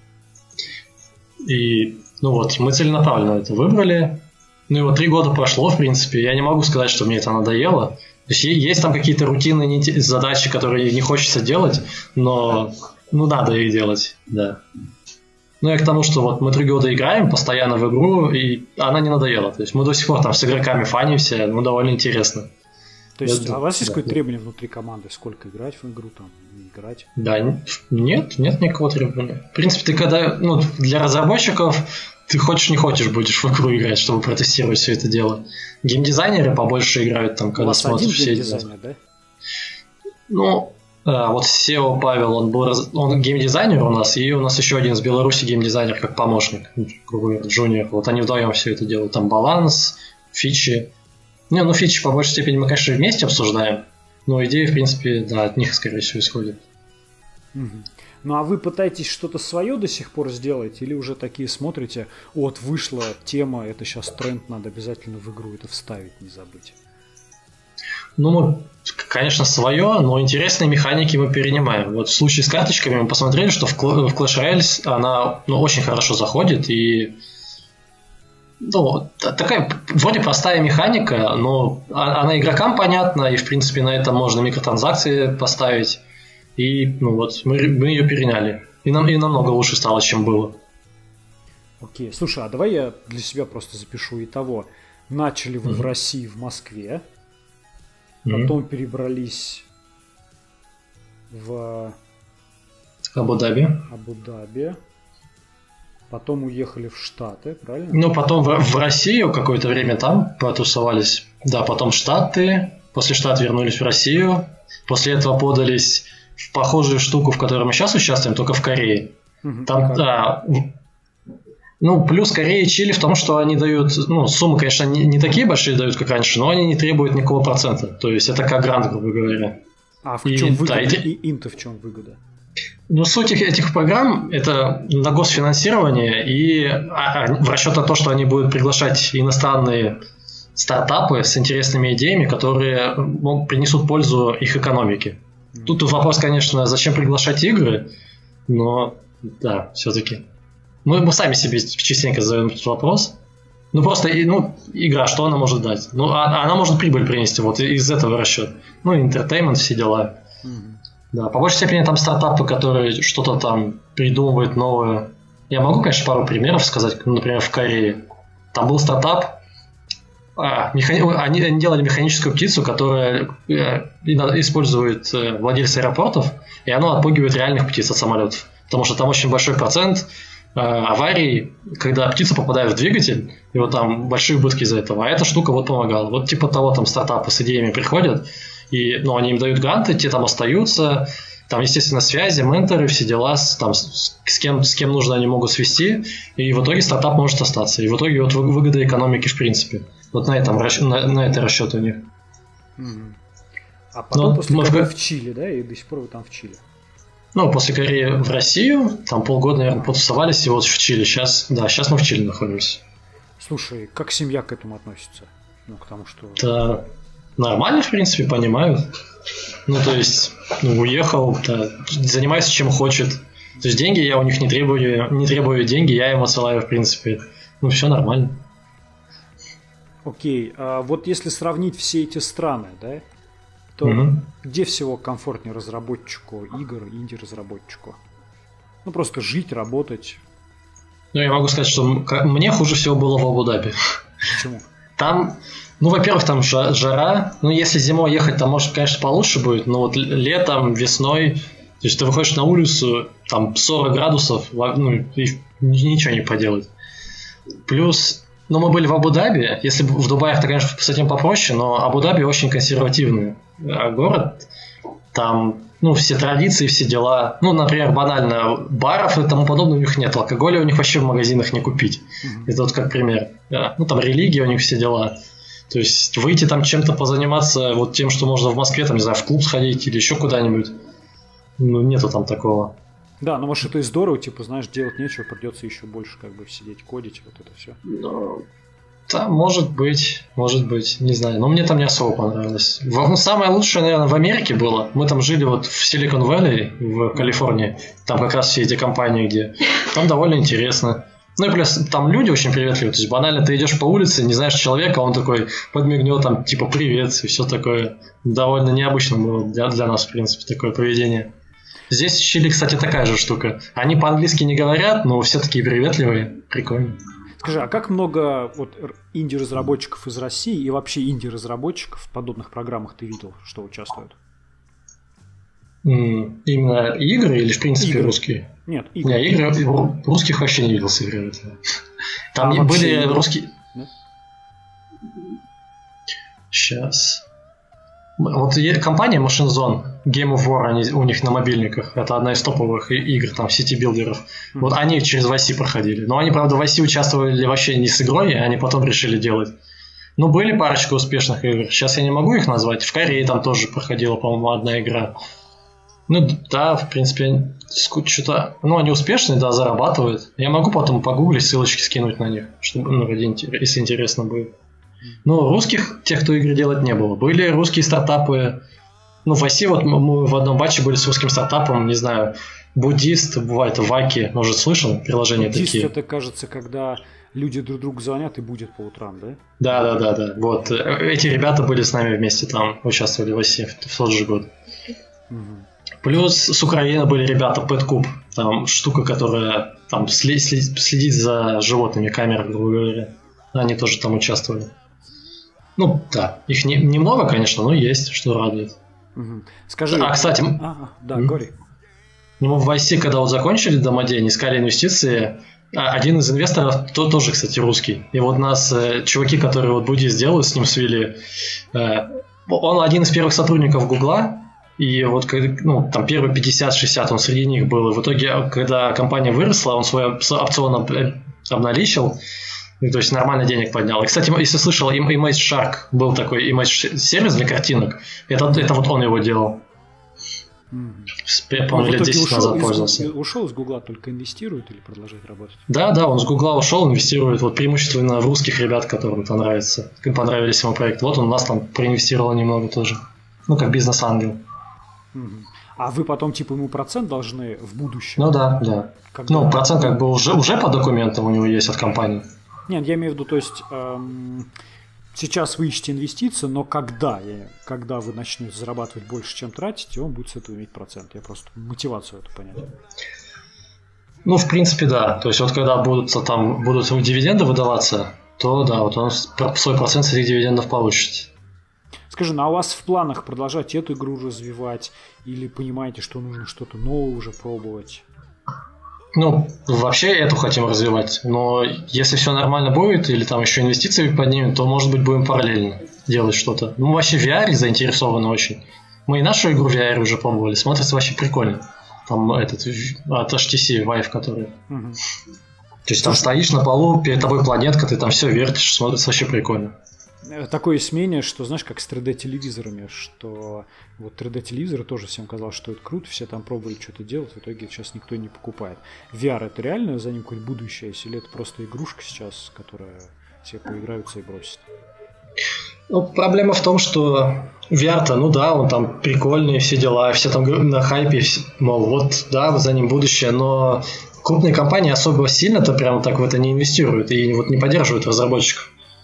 И, ну вот, мы целенаправленно это выбрали. Ну и вот 3 года прошло, в принципе, я не могу сказать, что мне это надоело. То есть есть там какие-то рутинные задачи, которые не хочется делать, но ну надо их делать, да. Ну и к тому, что вот мы 3 года играем постоянно в игру, и она не надоела. То есть мы до сих пор там с игроками фанимся, ну довольно интересно. То есть у вас есть какое-то требование внутри команды, сколько играть в игру, там, не играть? Да, нет никакого требования. В принципе, ты когда, ну, для разработчиков ты хочешь не хочешь будешь в игру играть, чтобы протестировать все это дело. Геймдизайнеры побольше играют там, когда смотрят все эти. Да? Ну, вот SEO Павел, он геймдизайнер у нас, и у нас еще один из Беларуси геймдизайнер как помощник, джуниор. Вот они вдвоем все это делают. Там баланс, фичи. Не, ну фичи по большей степени мы, конечно, вместе обсуждаем, но идеи, в принципе, да, от них, скорее всего, исходят. Ну а вы пытаетесь что-то свое до сих пор сделать, или уже такие смотрите, вот вышла тема, это сейчас тренд, надо обязательно в игру это вставить, не забыть? Ну, конечно, свое, но интересные механики мы перенимаем. Вот в случае с карточками мы посмотрели, что в Clash Royale она очень хорошо заходит, и ну, такая вроде простая механика, но она игрокам понятна, и в принципе на этом можно микротранзакции поставить. И ну вот мы ее переняли. И намного лучше стало, чем было. Окей. Слушай, а давай я для себя просто запишу итого. Начали вы в России, в Москве, потом перебрались в Абу-Даби. Потом уехали в Штаты, правильно? Ну, потом в Россию какое-то время там потусовались. Да, потом Штаты. После Штат вернулись в Россию. После этого подались в похожую штуку, в которой мы сейчас участвуем, только в Корее. Там, да, ну, плюс Корея и Чили в том, что они дают, ну, суммы, конечно, не такие большие дают, как раньше, но они не требуют никакого процента. То есть это как грант, грубо говоря. А в чем выгода? Да, им-то в чем выгода? Ну, суть этих программ – это на госфинансирование и в расчет на то, что они будут приглашать иностранные стартапы с интересными идеями, которые принесут пользу их экономике. Тут вопрос, конечно, зачем приглашать игры, но да, все-таки. Мы сами себе частенько задаем этот вопрос. Ну, просто игра, что она может дать? Ну, она может прибыль принести, вот из этого расчет. Ну, entertainment, все дела. Да, по большей степени там стартапы, которые что-то там придумывают новое. Я могу, конечно, пару примеров сказать. Например, в Корее. Там был стартап. Они делали механическую птицу, которая использует владельцы аэропортов, и она отпугивает реальных птиц от самолетов. Потому что там очень большой процент аварий, когда птица попадает в двигатель, и вот там большие убытки из-за этого. А эта штука вот помогала. Вот типа того там стартапы с идеями приходят, и они им дают гранты, те там остаются, там, естественно, связи, менторы, все дела, там, с кем нужно они могут свести, и в итоге стартап может остаться. И в итоге вот выгода экономики в принципе. Вот на это расчет у них. А потом после Кореи в Чили, да? И до сих пор вы там в Чили. Ну, после Кореи в Россию, там полгода, наверное, потусовались, и вот в Чили. Сейчас мы в Чили находимся. Слушай, как семья к этому относится? Ну, к тому, что... Да, нормально, в принципе, понимают. Ну, то есть, уехал, да, занимается чем хочет. То есть деньги я у них не требую деньги, я им отсылаю, в принципе. Ну, все нормально. Окей, а вот если сравнить все эти страны, да, то где всего комфортнее разработчику игр, инди-разработчику? Ну, просто жить, работать. Ну, я могу сказать, что мне хуже всего было в Абу-Даби. Почему? Там, ну, во-первых, там жара. Ну, если зимой ехать, там, может, конечно, получше будет. Но вот летом, весной, то есть ты выходишь на улицу, там 40 градусов, ну, и ничего не поделать. Плюс, ну, мы были в Абу-Даби. Если в Дубае, то, конечно, с этим попроще, но Абу-Даби очень консервативный город. Там, ну, все традиции, все дела. Ну, например, банально, баров и тому подобное у них нет. Алкоголя у них вообще в магазинах не купить. Это вот как пример. Да. Ну, там религия у них, все дела. То есть выйти там чем-то позаниматься, вот тем, что можно в Москве, там, не знаю, в клуб сходить или еще куда-нибудь. Ну, нету там такого. Да, но может это и здорово, типа, знаешь, делать нечего, придется еще больше как бы сидеть, кодить, вот это все. Ну, да, может быть, не знаю. Но мне там не особо понравилось. Ну, самое лучшее, наверное, в Америке было. Мы там жили вот в Silicon Valley, в Калифорнии. Там как раз все эти компании, где... Там довольно интересно. Ну и плюс там люди очень приветливые. То есть банально ты идешь по улице, не знаешь человека, он такой подмигнет там, типа, привет, и все такое. Довольно необычно было для нас, в принципе, такое поведение. Здесь в Чили, кстати, такая же штука. Они по-английски не говорят, но все такие приветливые. Прикольно. Скажи, а как много вот инди-разработчиков из России и вообще инди-разработчиков в подобных программах ты видел, что участвуют? Именно игры или, в принципе, игры. Русские? Нет, игры. Не, игры русских вообще не видел с игры. Там были русские... Нет? Сейчас... Вот компания Machine Zone, Game of War, у них на мобильниках. Это одна из топовых игр, там, сити-билдеров. Вот они через YC проходили. Но они, правда, в YC участвовали вообще не с игрой, они потом решили делать. Ну, были парочка успешных игр. Сейчас я не могу их назвать. В Корее там тоже проходила, по-моему, одна игра. Ну, да, в принципе, что-то... Ну, они успешные, да, зарабатывают. Я могу потом погуглить, ссылочки скинуть на них, чтобы, ну, если интересно будет. Ну, русских, тех, кто игры делать, не было. Были русские стартапы. Ну, в России вот мы в одном батче были с русским стартапом, не знаю, буддист, бывает, ваки, может, слышал приложения буддист такие? Это, кажется, когда люди друг другу звонят и будет по утрам, да? Да. Вот, эти ребята были с нами вместе там, участвовали в России в тот же год. Плюс с Украины были ребята PetCube, там штука, которая там следит за животными, камера, грубо говоря. Они тоже там участвовали. Ну, да, их немного, конечно, но есть, что радует. Скажи... кстати... Да, говори. Мы в YC, когда вот закончили Домодень, искали инвестиции, один из инвесторов, тот тоже, кстати, русский. И вот нас чуваки, которые вот буддист делают, с ним свели, он один из первых сотрудников Гугла, и вот ну, там первые 50-60 он среди них был. И в итоге, когда компания выросла, он свой опцион обналичил, то есть нормально денег поднял. И, кстати, если слышал, Image Shark был такой Image-сервис для картинок. Это вот он его делал. Я помню, лет 10 назад пользовался. Ушел из Гугла, только инвестирует или продолжает работать? Да, он с Гугла ушел, инвестирует вот преимущественно в русских ребят, которым понравится. Понравились ему проект. Вот он у нас там проинвестировал немного тоже. Ну, как бизнес-ангел. А вы потом, типа, ему процент должны в будущем? Ну да. Когда... Ну, процент как бы уже по документам у него есть от компании. Нет, я имею в виду, то есть сейчас вы ищете инвестиции, но когда вы начнете зарабатывать больше, чем тратите, он будет с этого иметь процент. Я просто мотивацию эту понять. Ну, в принципе, да. То есть вот когда будут дивиденды выдаваться, то да, вот он свой процент с этих дивидендов получит. Скажи, ну а у вас в планах продолжать эту игру развивать или понимаете, что нужно что-то новое уже пробовать? Ну, вообще эту хотим развивать, но если все нормально будет, или там еще инвестиции поднимем, то, может быть, будем параллельно делать что-то. Ну, вообще в VR заинтересованы очень. Мы и нашу игру в VR уже пробовали, смотрится вообще прикольно. Там от HTC Vive, который... То есть там стоишь на полу, перед тобой планетка, ты там все вертишь, смотрится вообще прикольно. Такое есть мнение, что, знаешь, как с 3D-телевизорами, что вот 3D-телевизоры тоже всем казалось, что это круто, все там пробовали что-то делать, в итоге сейчас никто не покупает. VR это реально за ним какое-нибудь будущее, или это просто игрушка сейчас, которая все поиграются и бросят? Ну, проблема в том, что VR-то, ну да, он там прикольный, все дела, все там на хайпе, мол, вот, да, за ним будущее, но крупные компании особо сильно-то прям так в это не инвестируют и вот не поддерживают разработчиков.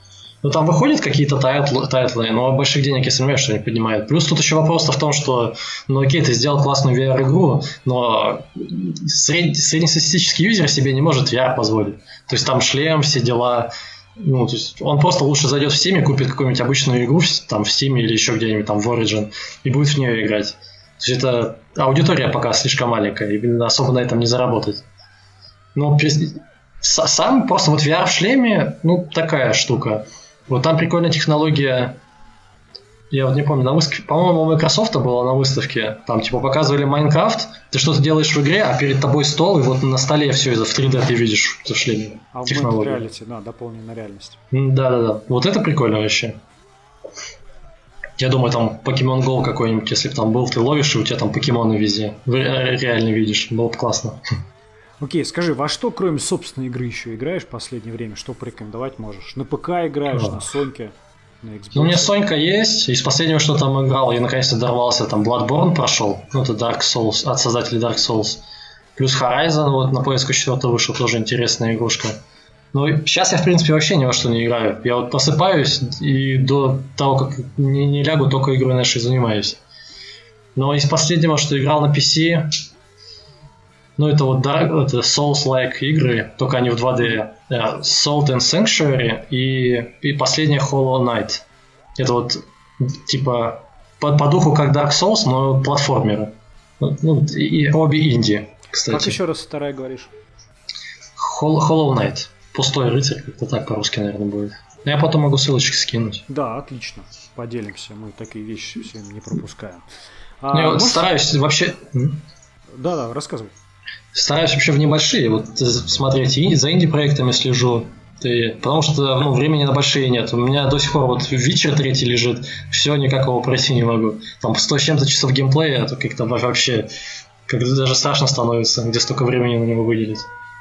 Ну, там выходят какие-то тайтлы, но больших денег, я сомневаюсь, что они поднимают. Плюс тут еще вопрос в том, что, ну окей, ты сделал классную VR-игру, но среднестатистический юзер себе не может VR позволить. То есть там шлем, все дела. Ну, то есть он просто лучше зайдет в Steam, купит какую-нибудь обычную игру там, в Steam или еще где-нибудь там в Origin и будет в нее играть. То есть это аудитория пока слишком маленькая, и особо на этом не заработать. Но сам просто вот VR в шлеме, ну, такая штука. Вот там прикольная технология. Я вот не помню, на выставке, по-моему, у Microsoft была на выставке. Там типа показывали Майнкрафт, ты что-то делаешь в игре, а перед тобой стол, и вот на столе все это в 3D ты видишь в шлеме. А в реалити, да, дополненная реальность. Да. Вот это прикольно вообще. Я думаю, там Pokemon Go какой-нибудь, если бы там был, ты ловишь, и у тебя там покемоны везде. Реально видишь, было бы классно. Окей, скажи, во что, кроме собственной игры, еще играешь в последнее время? Что порекомендовать можешь? На ПК играешь, на Соньке, на Xbox? Ну, у меня Сонька есть. Из последнего, что там играл, я наконец-то дорвался, там Bloodborne прошел. Ну, это Dark Souls, от создателей Dark Souls. Плюс Horizon, вот на PS4 вышел, тоже интересная игрушка. Ну, сейчас я, в принципе, вообще ни во что не играю. Я вот просыпаюсь и до того, как не лягу, только игрой нашей занимаюсь. Но из последнего, что играл на PC... Ну, это вот это Souls-like игры, только они в 2D. Salt and Sanctuary и последняя Hollow Knight. Это вот типа по духу как Dark Souls, но платформеры. Ну, и обе инди, кстати. Как еще раз вторая говоришь? Hollow Knight. Пустой рыцарь, как-то так по-русски, наверное, будет. Но я потом могу ссылочки скинуть. Да, отлично. Поделимся. Мы такие вещи все не пропускаем. Я вот стараюсь вообще... Да, рассказывай. Стараюсь вообще в небольшие вот смотреть, и за инди-проектами слежу, потому что времени на большие нет. У меня до сих пор вот Witcher 3 лежит, все, никак его пройти не могу. Там 100 с чем-то часов геймплея, а то как-то вообще даже страшно становится, где столько времени на него выделить.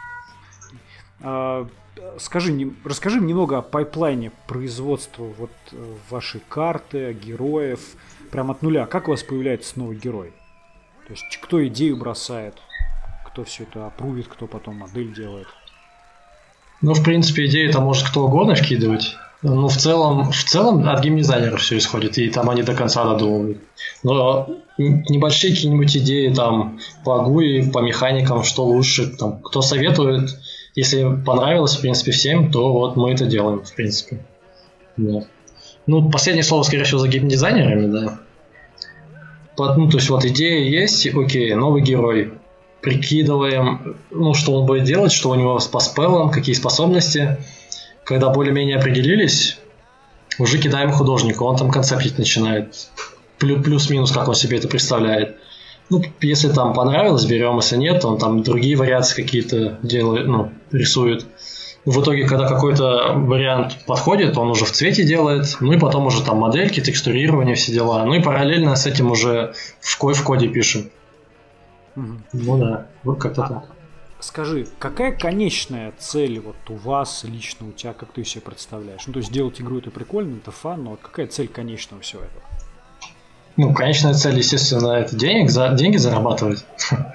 Расскажи мне немного о пайплайне производства вот вашей карты, героев, прям от нуля. Как у вас появляется новый герой? То есть кто идею бросает? Кто все это апрувит, кто потом модель делает? Ну, в принципе, идеи-то может кто угодно вкидывать. Ну, в целом от геймдизайнеров все исходит, и там они до конца додумывают. Но небольшие какие-нибудь идеи там по GUI, по механикам, что лучше, там, кто советует, если понравилось, в принципе, всем, то вот мы это делаем, в принципе. Да. Ну, последнее слово, скорее всего, за геймдизайнерами, да. Ну, то есть вот идея есть, окей, новый герой. Прикидываем, что он будет делать, что у него по спеллам, какие способности. Когда более-менее определились, уже кидаем художнику, он там концептить начинает. Плюс-минус, как он себе это представляет. Ну, если там понравилось, берем, если нет, он там другие вариации какие-то делает, рисует. В итоге, когда какой-то вариант подходит, он уже в цвете делает, ну и потом уже там модельки, текстурирование, все дела. Ну и параллельно с этим уже в коде пишем. Ну да, вот как-то так. Скажи, какая конечная цель вот у вас лично, у тебя, как ты себе представляешь? Ну, то есть делать игру это прикольно, это фан, но вот какая цель конечного всего этого? Ну, конечная цель, естественно, это деньги зарабатывать.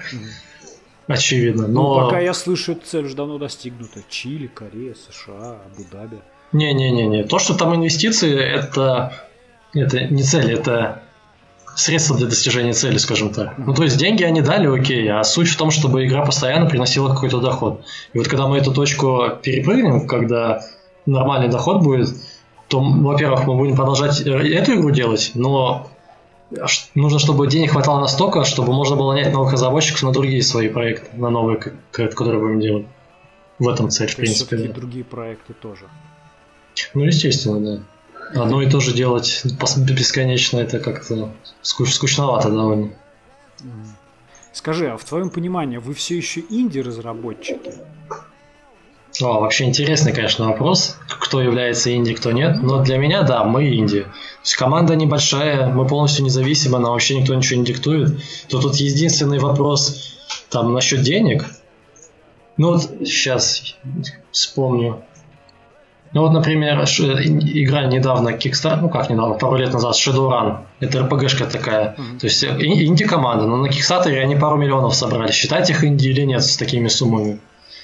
Очевидно, но... Ну, пока я слышу, эта цель уже давно достигнута. Чили, Корея, США, Абу-Даби. Не. То, что там инвестиции, это не цель, это... средства для достижения цели, скажем так. Ну, то есть деньги они дали, окей, а суть в том, чтобы игра постоянно приносила какой-то доход. И вот когда мы эту точку перепрыгнем, когда нормальный доход будет, то, во-первых, мы будем продолжать эту игру делать, но нужно, чтобы денег хватало настолько, чтобы можно было нанять новых разработчиков на другие свои проекты, на новые, которые будем делать. В этом цель, в принципе. То есть другие проекты тоже. Ну, естественно, да. Одно и то же делать бесконечно, это как-то скучновато довольно. Скажи, а в твоем понимании, вы все еще инди-разработчики? Вообще интересный, конечно, вопрос. Кто является инди, кто нет. Но для меня, да, мы инди. То есть команда небольшая, мы полностью независимы, нам вообще никто ничего не диктует. То тут единственный вопрос там насчет денег. Ну вот сейчас вспомню. Ну вот, например, игра недавно, Kickstarter, пару лет назад, Shadowrun. Это RPG-шка такая. То есть инди-команда, но на Kickstarter они пару миллионов собрали. Считать их инди или нет с такими суммами?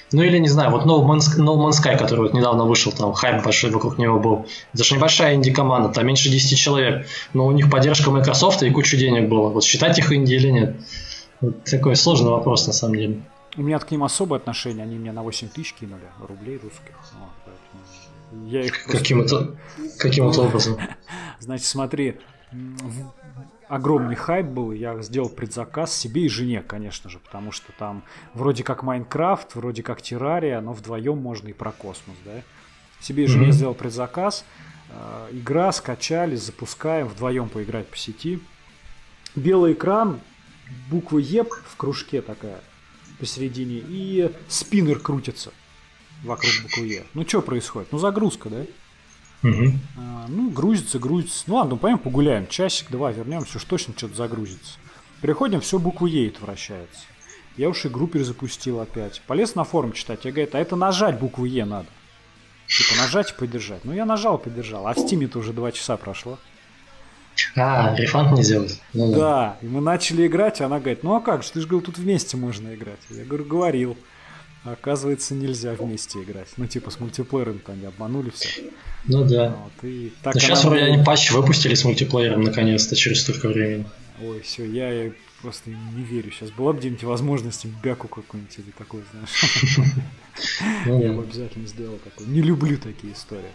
Ну или, не знаю, вот No Man's Sky, который вот недавно вышел, там хайп большой вокруг него был. Это же небольшая инди-команда, там меньше 10 человек, но у них поддержка Microsoft и куча денег было. Вот считать их инди или нет? Вот такой сложный вопрос на самом деле. У меня к ним особое отношение, они мне на 8 тысяч кинули рублей русских. Вот, поэтому я их Каким-то образом. Значит, смотри, огромный хайп был, я сделал предзаказ себе и жене, конечно же, потому что там вроде как Майнкрафт, вроде как Террария, но вдвоем можно и про космос, да. Себе и жене сделал предзаказ, игра, скачали, запускаем, вдвоем поиграть по сети. Белый экран, буква Е в кружке такая посередине, и спиннер крутится вокруг буквы Е. Ну, что происходит? Ну, загрузка, да? Ну, грузится. Ну, ладно, пойдем погуляем. Часик-два вернемся, уж точно что-то загрузится. Приходим, все букву Е это вращается. Я уж игру перезапустил опять. Полез на форум читать. Я говорю, а это нажать букву Е надо. Типа нажать и поддержать. Ну, я нажал, поддержал. А в Стиме-то уже 2 часа прошло. Рефанд не сделать. Ну, да, и мы начали играть, и она говорит, ну а как же, ты же говорил, тут вместе можно играть. Я говорю, говорил. А оказывается, нельзя вместе играть. Ну, типа, с мультиплеером-то они обманули все. Ну да. Вот, и так но сейчас вроде они патч выпустили с мультиплеером наконец-то, через столько времени. Ой, все, я просто не верю. Сейчас была бы где-нибудь возможность бяку какую-нибудь или такое, знаешь. Я бы обязательно сделал такое. Не люблю такие истории.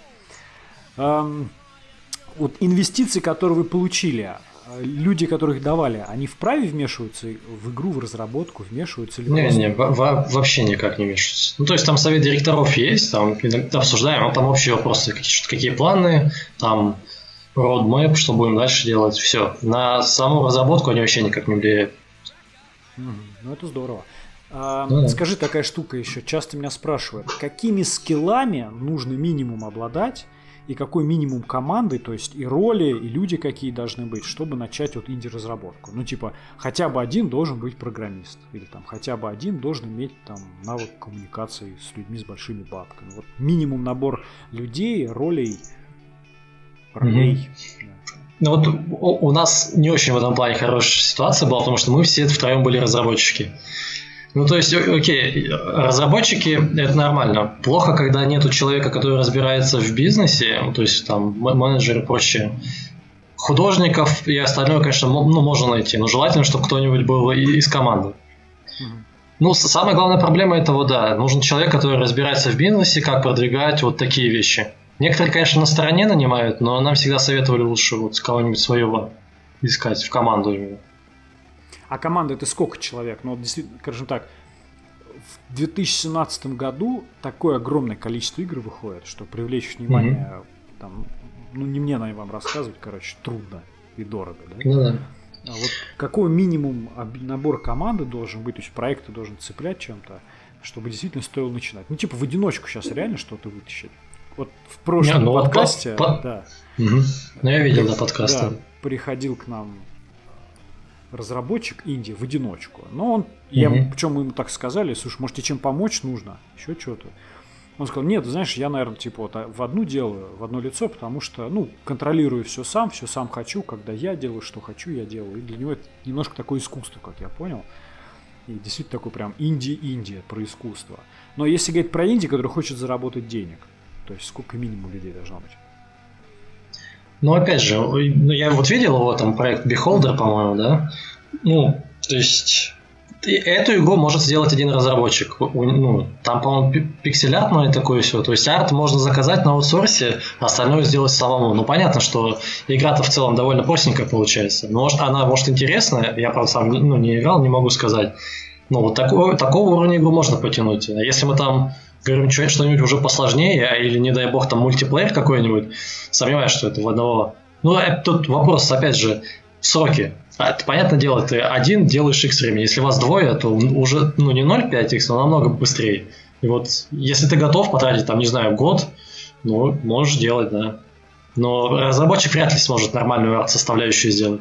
Вот инвестиции, которые вы получили, люди, которых давали, они вправе вмешиваются в игру, в разработку, вмешиваются или просто? Не, вообще никак не вмешиваются. Ну, то есть там совет директоров есть, там иногда обсуждаем, а там общие вопросы, какие планы, там roadmap, что будем дальше делать, все. На саму разработку они вообще никак не влияют. Ну, это здорово. Да. Скажи, такая штука еще, часто меня спрашивают, какими скиллами нужно минимум обладать, и какой минимум команды, то есть и роли, и люди какие должны быть, чтобы начать вот инди-разработку. Ну, типа, хотя бы один должен быть программист, или там хотя бы один должен иметь там навык коммуникации с людьми с большими бабками. Вот минимум набор людей, ролей. Ну вот у нас не очень в этом плане хорошая ситуация была, потому что мы все втроем были разработчики. Ну, то есть, окей, разработчики – это нормально. Плохо, когда нету человека, который разбирается в бизнесе, то есть, там, менеджеры и прочее. Художников и остальное, конечно, можно найти, но желательно, чтобы кто-нибудь был из команды. Ну, самая главная проблема этого, да, нужен человек, который разбирается в бизнесе, как продвигать вот такие вещи. Некоторые, конечно, на стороне нанимают, но нам всегда советовали лучше вот кого-нибудь своего искать в команду именно. А команда это сколько человек? Ну, вот действительно, скажем так, в 2017 году такое огромное количество игр выходит, что привлечь внимание, там, ну, не мне, наверное, вам рассказывать, короче, трудно и дорого, да? Ну да. А вот какой минимум набор команды должен быть, то есть проект должен цеплять чем-то, чтобы действительно стоило начинать? Ну, типа в одиночку сейчас реально что-то вытащить? Вот в прошлом подкасте... Да, ну, я видел на подкасте. Да, приходил к нам разработчик инди в одиночку. Но он, причем мы ему так сказали, слушай, может тебе чем помочь нужно? Еще что-то. Он сказал, нет, знаешь, я, наверное, типа вот в одну делаю, в одно лицо, потому что, ну, контролирую все сам хочу, когда я делаю, что хочу, я делаю. И для него это немножко такое искусство, как я понял. И действительно такой прям инди про искусство. Но если говорить про инди, который хочет заработать денег, то есть сколько минимум людей должно быть? Ну, опять же, я вот видел его там проект Beholder, по-моему, да? Ну, то есть эту игру может сделать один разработчик. Ну, там, по-моему, пиксель-арт, такое все. То есть арт можно заказать на аутсорсе, а остальное сделать самому. Ну, понятно, что игра-то в целом довольно простенькая получается. Может, она, интересная, я, правда, сам не играл, не могу сказать. Но вот такого уровня игру можно потянуть. А если мы там говорим что-нибудь уже посложнее, или, не дай бог, там мультиплеер какой-нибудь, сомневаюсь, что это в одного... Ну, тут вопрос, опять же, сроки. Это, понятное дело, ты один делаешь X времени. Если вас двое, то уже не 0,5X, но намного быстрее. И вот, если ты готов потратить, там, не знаю, год, ну, можешь делать, да. Но разработчик вряд ли сможет нормальную арт-составляющую сделать.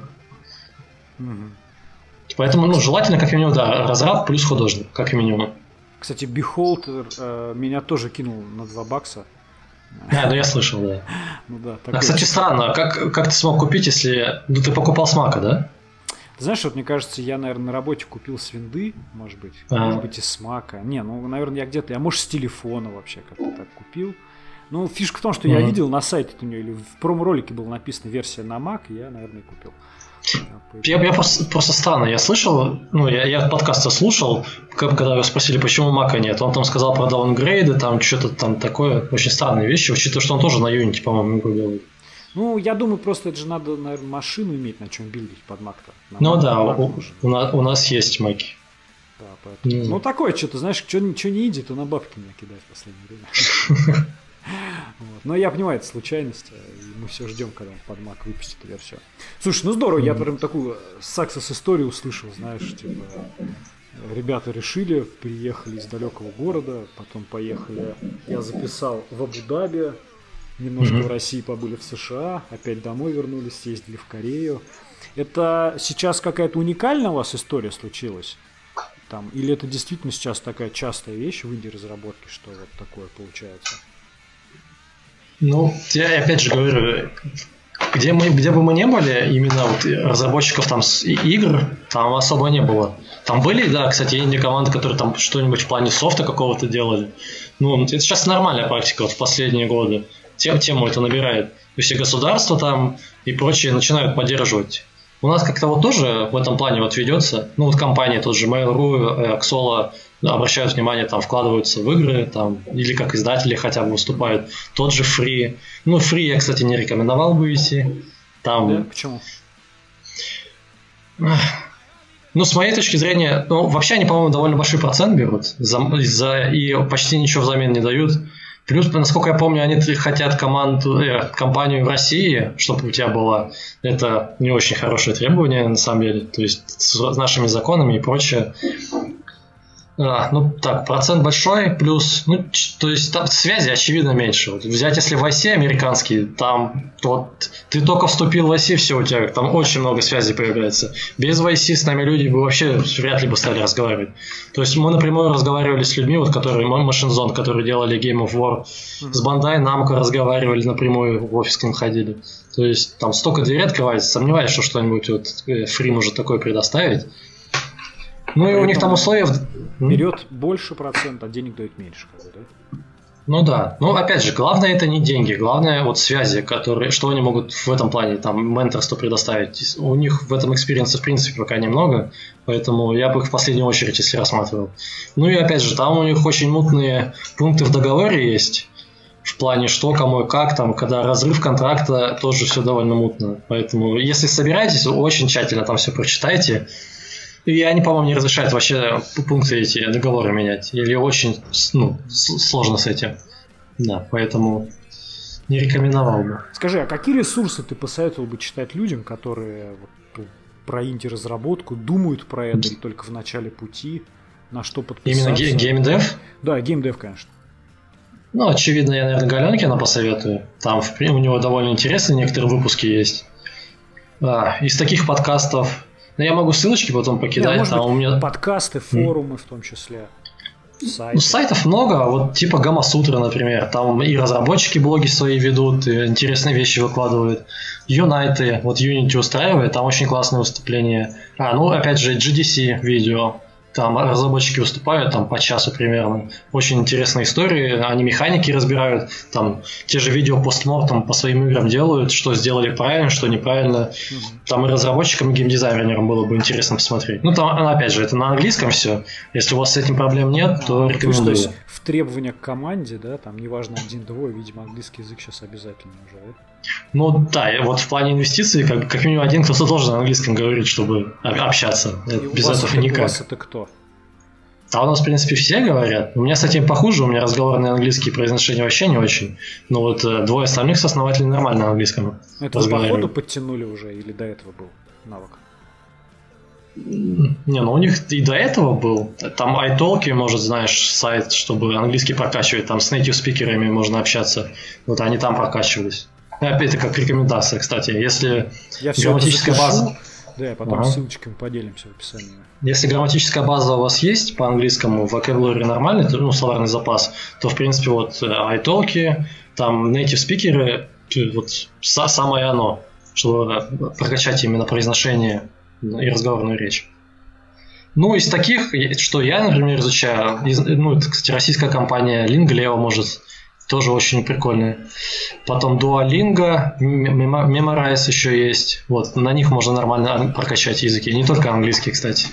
Поэтому, желательно, как минимум, да, разраб плюс художник, как минимум. Кстати, Beholder меня тоже кинул на $2. Ну я слышал, да. Ну да. Кстати, странно, как ты смог купить, если... Ну, ты покупал с Мака, да? Ты Знаешь, вот мне кажется, я, наверное, на работе купил с винды, может быть из смака. Не, ну, наверное, я где-то, может, с телефона вообще как-то так купил. Ну, фишка в том, что я видел на сайте у нее, или в промо-ролике была написана версия на Mac, и я, наверное, и купил. Я просто странно, я слышал, ну, я подкасты слушал, когда его спросили, почему Мака нет. Он там сказал про даунгрейды, там что-то там такое, очень странные вещи, учитывая, что он тоже на Unity, по-моему, игру делает. Ну, я думаю, просто это же надо, наверное, машину иметь, на чем билдить под Mac-то. Ну да, у нас есть Маки. Да, поэтому. Ну, такое что-то, знаешь, что не идет, то на бабки меня кидает в последнее время. Вот. Но я понимаю, это случайность, и мы все ждем, когда под Mac выпустит версию. Слушай, ну здорово, я прям такую success-историю услышал, знаешь, типа, ребята решили, приехали из далекого города, потом поехали, я записал в Абу-Даби, немножко в России побыли в США, опять домой вернулись, съездили в Корею. Это сейчас какая-то уникальная у вас история случилась? Там, или это действительно сейчас такая частая вещь в инди-разработке, что вот такое получается? Ну, я опять же говорю, где бы мы не были, именно вот разработчиков там игр, там особо не было. Там были, да, кстати, инди-команды, которые там что-нибудь в плане софта какого-то делали. Ну, это сейчас нормальная практика вот в последние годы. Тему это набирает. То есть и государство там и прочие начинают поддерживать. У нас как-то вот тоже в этом плане вот ведется. Ну, вот компании, тот же Mail.ru, Xolo обращают внимание, там вкладываются в игры, там, или как издатели хотя бы выступают. Тот же Free. Ну, Free я, кстати, не рекомендовал бы идти. Там... Да, почему? Ну, с моей точки зрения, ну, вообще они, по-моему, довольно большой процент берут и почти ничего взамен не дают. Плюс, насколько я помню, они хотят компанию в России, чтобы у тебя была. Это не очень хорошее требование, на самом деле. То есть с нашими законами и прочее. Ну, так, процент большой, плюс, ну, то есть там связи, очевидно, меньше. Вот взять, если в IC американский, там, вот, ты только вступил в IC, все, у тебя там очень много связей появляется. Без IC с нами люди бы вообще вряд ли бы стали разговаривать. То есть мы напрямую разговаривали с людьми, вот, которые, Machine Zone, которые делали Game of War, с Bandai Namco разговаривали напрямую, в офис к ним ходили. То есть там столько дверей открывается, сомневаюсь, что что-нибудь вот Free может такое предоставить. Ну и у них там условия... Берет больше процент, а денег дает меньше, как бы, да? Ну да. Ну, опять же, главное это не деньги, главное вот связи, которые... Что они могут в этом плане, там, менторство предоставить. У них в этом экспириенса, в принципе, пока немного, поэтому я бы их в последнюю очередь, если рассматривал. Ну и опять же, там у них очень мутные пункты в договоре есть, в плане что, кому и как, там, когда разрыв контракта, тоже все довольно мутно. Поэтому, если собираетесь, очень тщательно там все прочитайте. И они, по-моему, не разрешают вообще пункты эти, договоры менять. Или очень сложно с этим. Да, поэтому не рекомендовал бы. Скажи, а какие ресурсы ты посоветовал бы читать людям, которые вот, про инди-разработку думают про это или только в начале пути? На что подписаться? Именно геймдев? Да, геймдев, конечно. Ну, очевидно, я, наверное, Галенкина посоветую. Там у него довольно интересные некоторые выпуски есть. Из таких подкастов... Ну, я могу ссылочки потом покидать. Может там быть, у меня... подкасты, форумы в том числе. Сайты. Ну, сайтов много, вот типа Гамасутра, например. Там и разработчики блоги свои ведут, и интересные вещи выкладывают. Юнайты, вот Unity устраивает, там очень классные выступления. Ну, опять же, GDC видео. Там разработчики выступают там по часу примерно. Очень интересные истории. Они механики разбирают. Там те же видео постмортом по своим играм делают, что сделали правильно, что неправильно. Там и разработчикам, и геймдизайнерам было бы интересно посмотреть. Ну, там, опять же, это на английском все. Если у вас с этим проблем нет, то рекомендую. То есть в требованиях к команде, да, там неважно один-двое, видимо, английский язык сейчас обязательно уже, да? Ну да, вот в плане инвестиций, как минимум один кто-то должен на английском говорить, чтобы общаться. Без этого никак. У вас это кто? А у нас, в принципе, все говорят. У меня с этим похуже, у меня разговорный английский, произношение вообще не очень. Но вот двое остальных сооснователей нормально на английском это вы по ходу подтянули уже или до этого был навык? Не, ну у них и до этого был. Там iTalki, может, знаешь, сайт, чтобы английский прокачивать. Там с native спикерами можно общаться. Вот они там прокачивались. Опять как рекомендация, кстати. Если грамматическая база... Да, потом ссылочками поделимся в описании. Если грамматическая база у вас есть по английскому, vocabulary нормальный, ну, словарный запас, то, в принципе, вот iTalki, там native спикеры, вот самое оно, чтобы прокачать именно произношение и разговорную речь. Ну, из таких, что я, например, изучаю, ну, это, кстати, российская компания Lingleo, может, тоже очень прикольная. Потом Duolingo, Memrise еще есть. Вот, на них можно нормально прокачать языки, не только английский, кстати.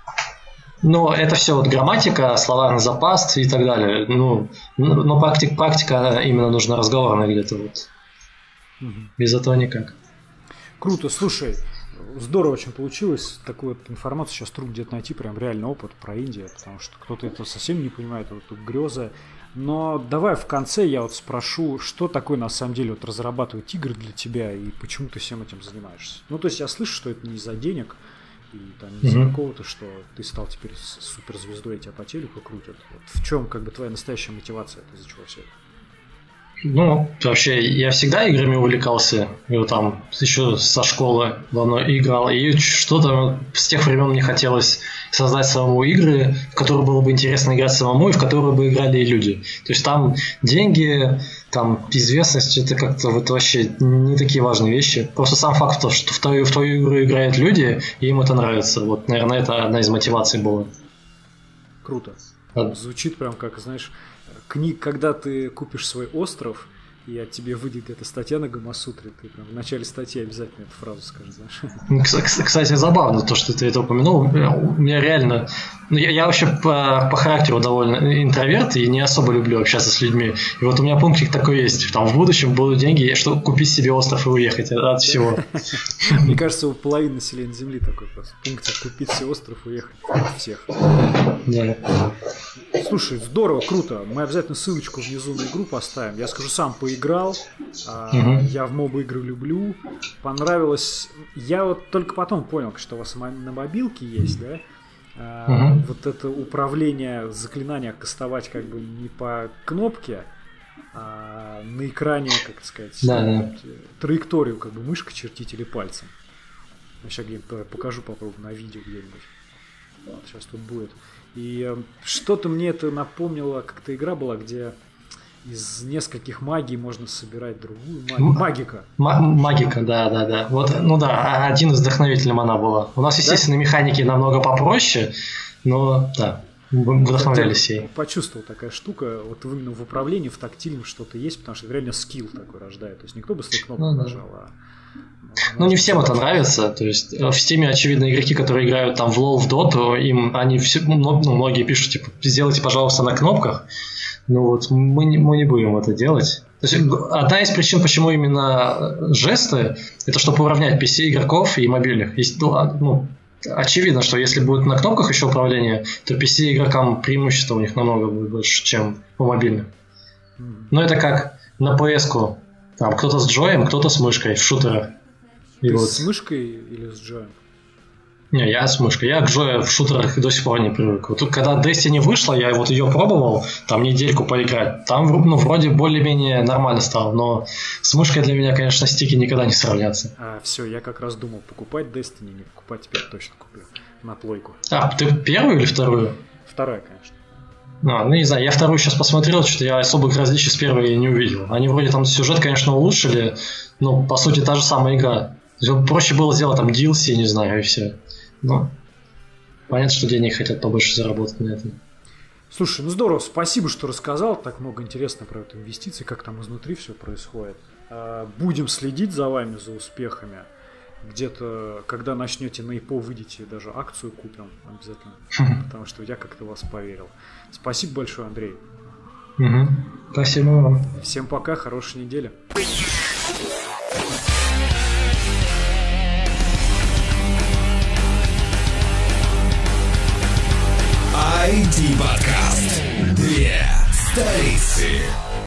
Но это все вот грамматика, словарный запас и так далее. Ну, но практика именно нужна разговорная где-то вот. Без этого никак. Круто, слушай, здорово очень получилось. Такую вот информацию сейчас трудно где-то найти, прям реальный опыт про Индию, потому что кто-то это совсем не понимает, вот тут греза. Но давай в конце я вот спрошу, что такое на самом деле вот разрабатывать игры для тебя и почему ты всем этим занимаешься. Ну, то есть я слышу, что это не из-за денег и там не из-за какого-то, что ты стал теперь суперзвездой, и тебя по телеку крутят. Вот в чем как бы твоя настоящая мотивация, из-за чего все это? Ну, вообще, я всегда играми увлекался. Я там еще со школы давно играл. И что-то с тех времен мне хотелось создать самому игры, в которые было бы интересно играть самому, и в которые бы играли и люди. То есть там деньги, там известность, это как-то вот вообще не такие важные вещи. Просто сам факт, что в твою игру играют люди, и им это нравится. Вот, наверное, это одна из мотиваций была. Круто. Звучит прям как, знаешь, когда ты купишь свой остров, и от тебе выйдет эта статья на Гамасутре, ты прям в начале статьи обязательно эту фразу скажешь, знаешь. Кстати, забавно то, что ты это упомянул. У меня реально... Я вообще по характеру довольно интроверт и не особо люблю общаться с людьми. И вот у меня пунктик такой есть. Там в будущем будут деньги, чтобы купить себе остров и уехать от всего. Мне кажется, у половины населения Земли такой просто пунктик: купить себе остров и уехать от всех. Да. Слушай, здорово, круто. Мы обязательно ссылочку внизу на игру поставим. Я скажу, сам поиграл. Я в моба-игры люблю. Понравилось. Я вот только потом понял, что у вас на мобилке есть, да? Вот это управление, заклинание кастовать как бы не по кнопке, а на экране, как сказать, траекторию как бы мышкой чертить или пальцем. Сейчас где-нибудь покажу, попробую на видео где-нибудь. Вот, сейчас тут будет. И что-то мне это напомнило, как-то игра была, где из нескольких магий можно собирать другую магию. Магика. Магика, да. Вот, ну да, один из вдохновителей она была. У нас, естественно, механики намного попроще, но да, вдохновлялись ей. Почувствовал такая штука, вот именно в управлении, в тактильном что-то есть, потому что это реально скилл такой рождает. То есть никто быстрее кнопку нажал, Ну, не всем это нравится. То есть в Steam, очевидно, игроки, которые играют там в LoL, в Dota, многие пишут, типа, сделайте, пожалуйста, на кнопках. Ну вот мы не будем это делать. То есть одна из причин, почему именно жесты, это чтобы уравнять PC игроков и мобильных. Очевидно, что если будет на кнопках еще управление, то PC игрокам преимущество у них намного будет больше, чем у мобильных. Но это как на PS-ку. Там кто-то с джоем, кто-то с мышкой в шутерах. Ты с мышкой или с джоем? Не, я с мышкой. Я к джою в шутерах до сих пор не привык. Вот когда Destiny вышла, я вот ее пробовал, там недельку поиграть. Там вроде более-менее нормально стало, но с мышкой для меня, конечно, стики никогда не сравнятся. Все, я как раз думал, покупать Destiny, не покупать, теперь точно куплю. На плойку. Ты первую или вторую? Вторая, конечно. Ну не знаю, я вторую сейчас посмотрел, что-то я особых различий с первой не увидел. Они вроде там сюжет, конечно, улучшили, но по сути та же самая игра. Проще было сделать там DLC, не знаю, и все. Но понятно, что денег хотят побольше заработать на этом. Слушай, здорово, спасибо, что рассказал. Так много интересного про это инвестиции, как там изнутри все происходит. Будем следить за вами, за успехами. Где-то, когда начнете на ИПО, выйдете, даже акцию купим обязательно. Потому что я как-то в вас поверил. Спасибо большое, Андрей. Спасибо вам. Всем пока, хорошей недели. IT-подкаст. Две столицы.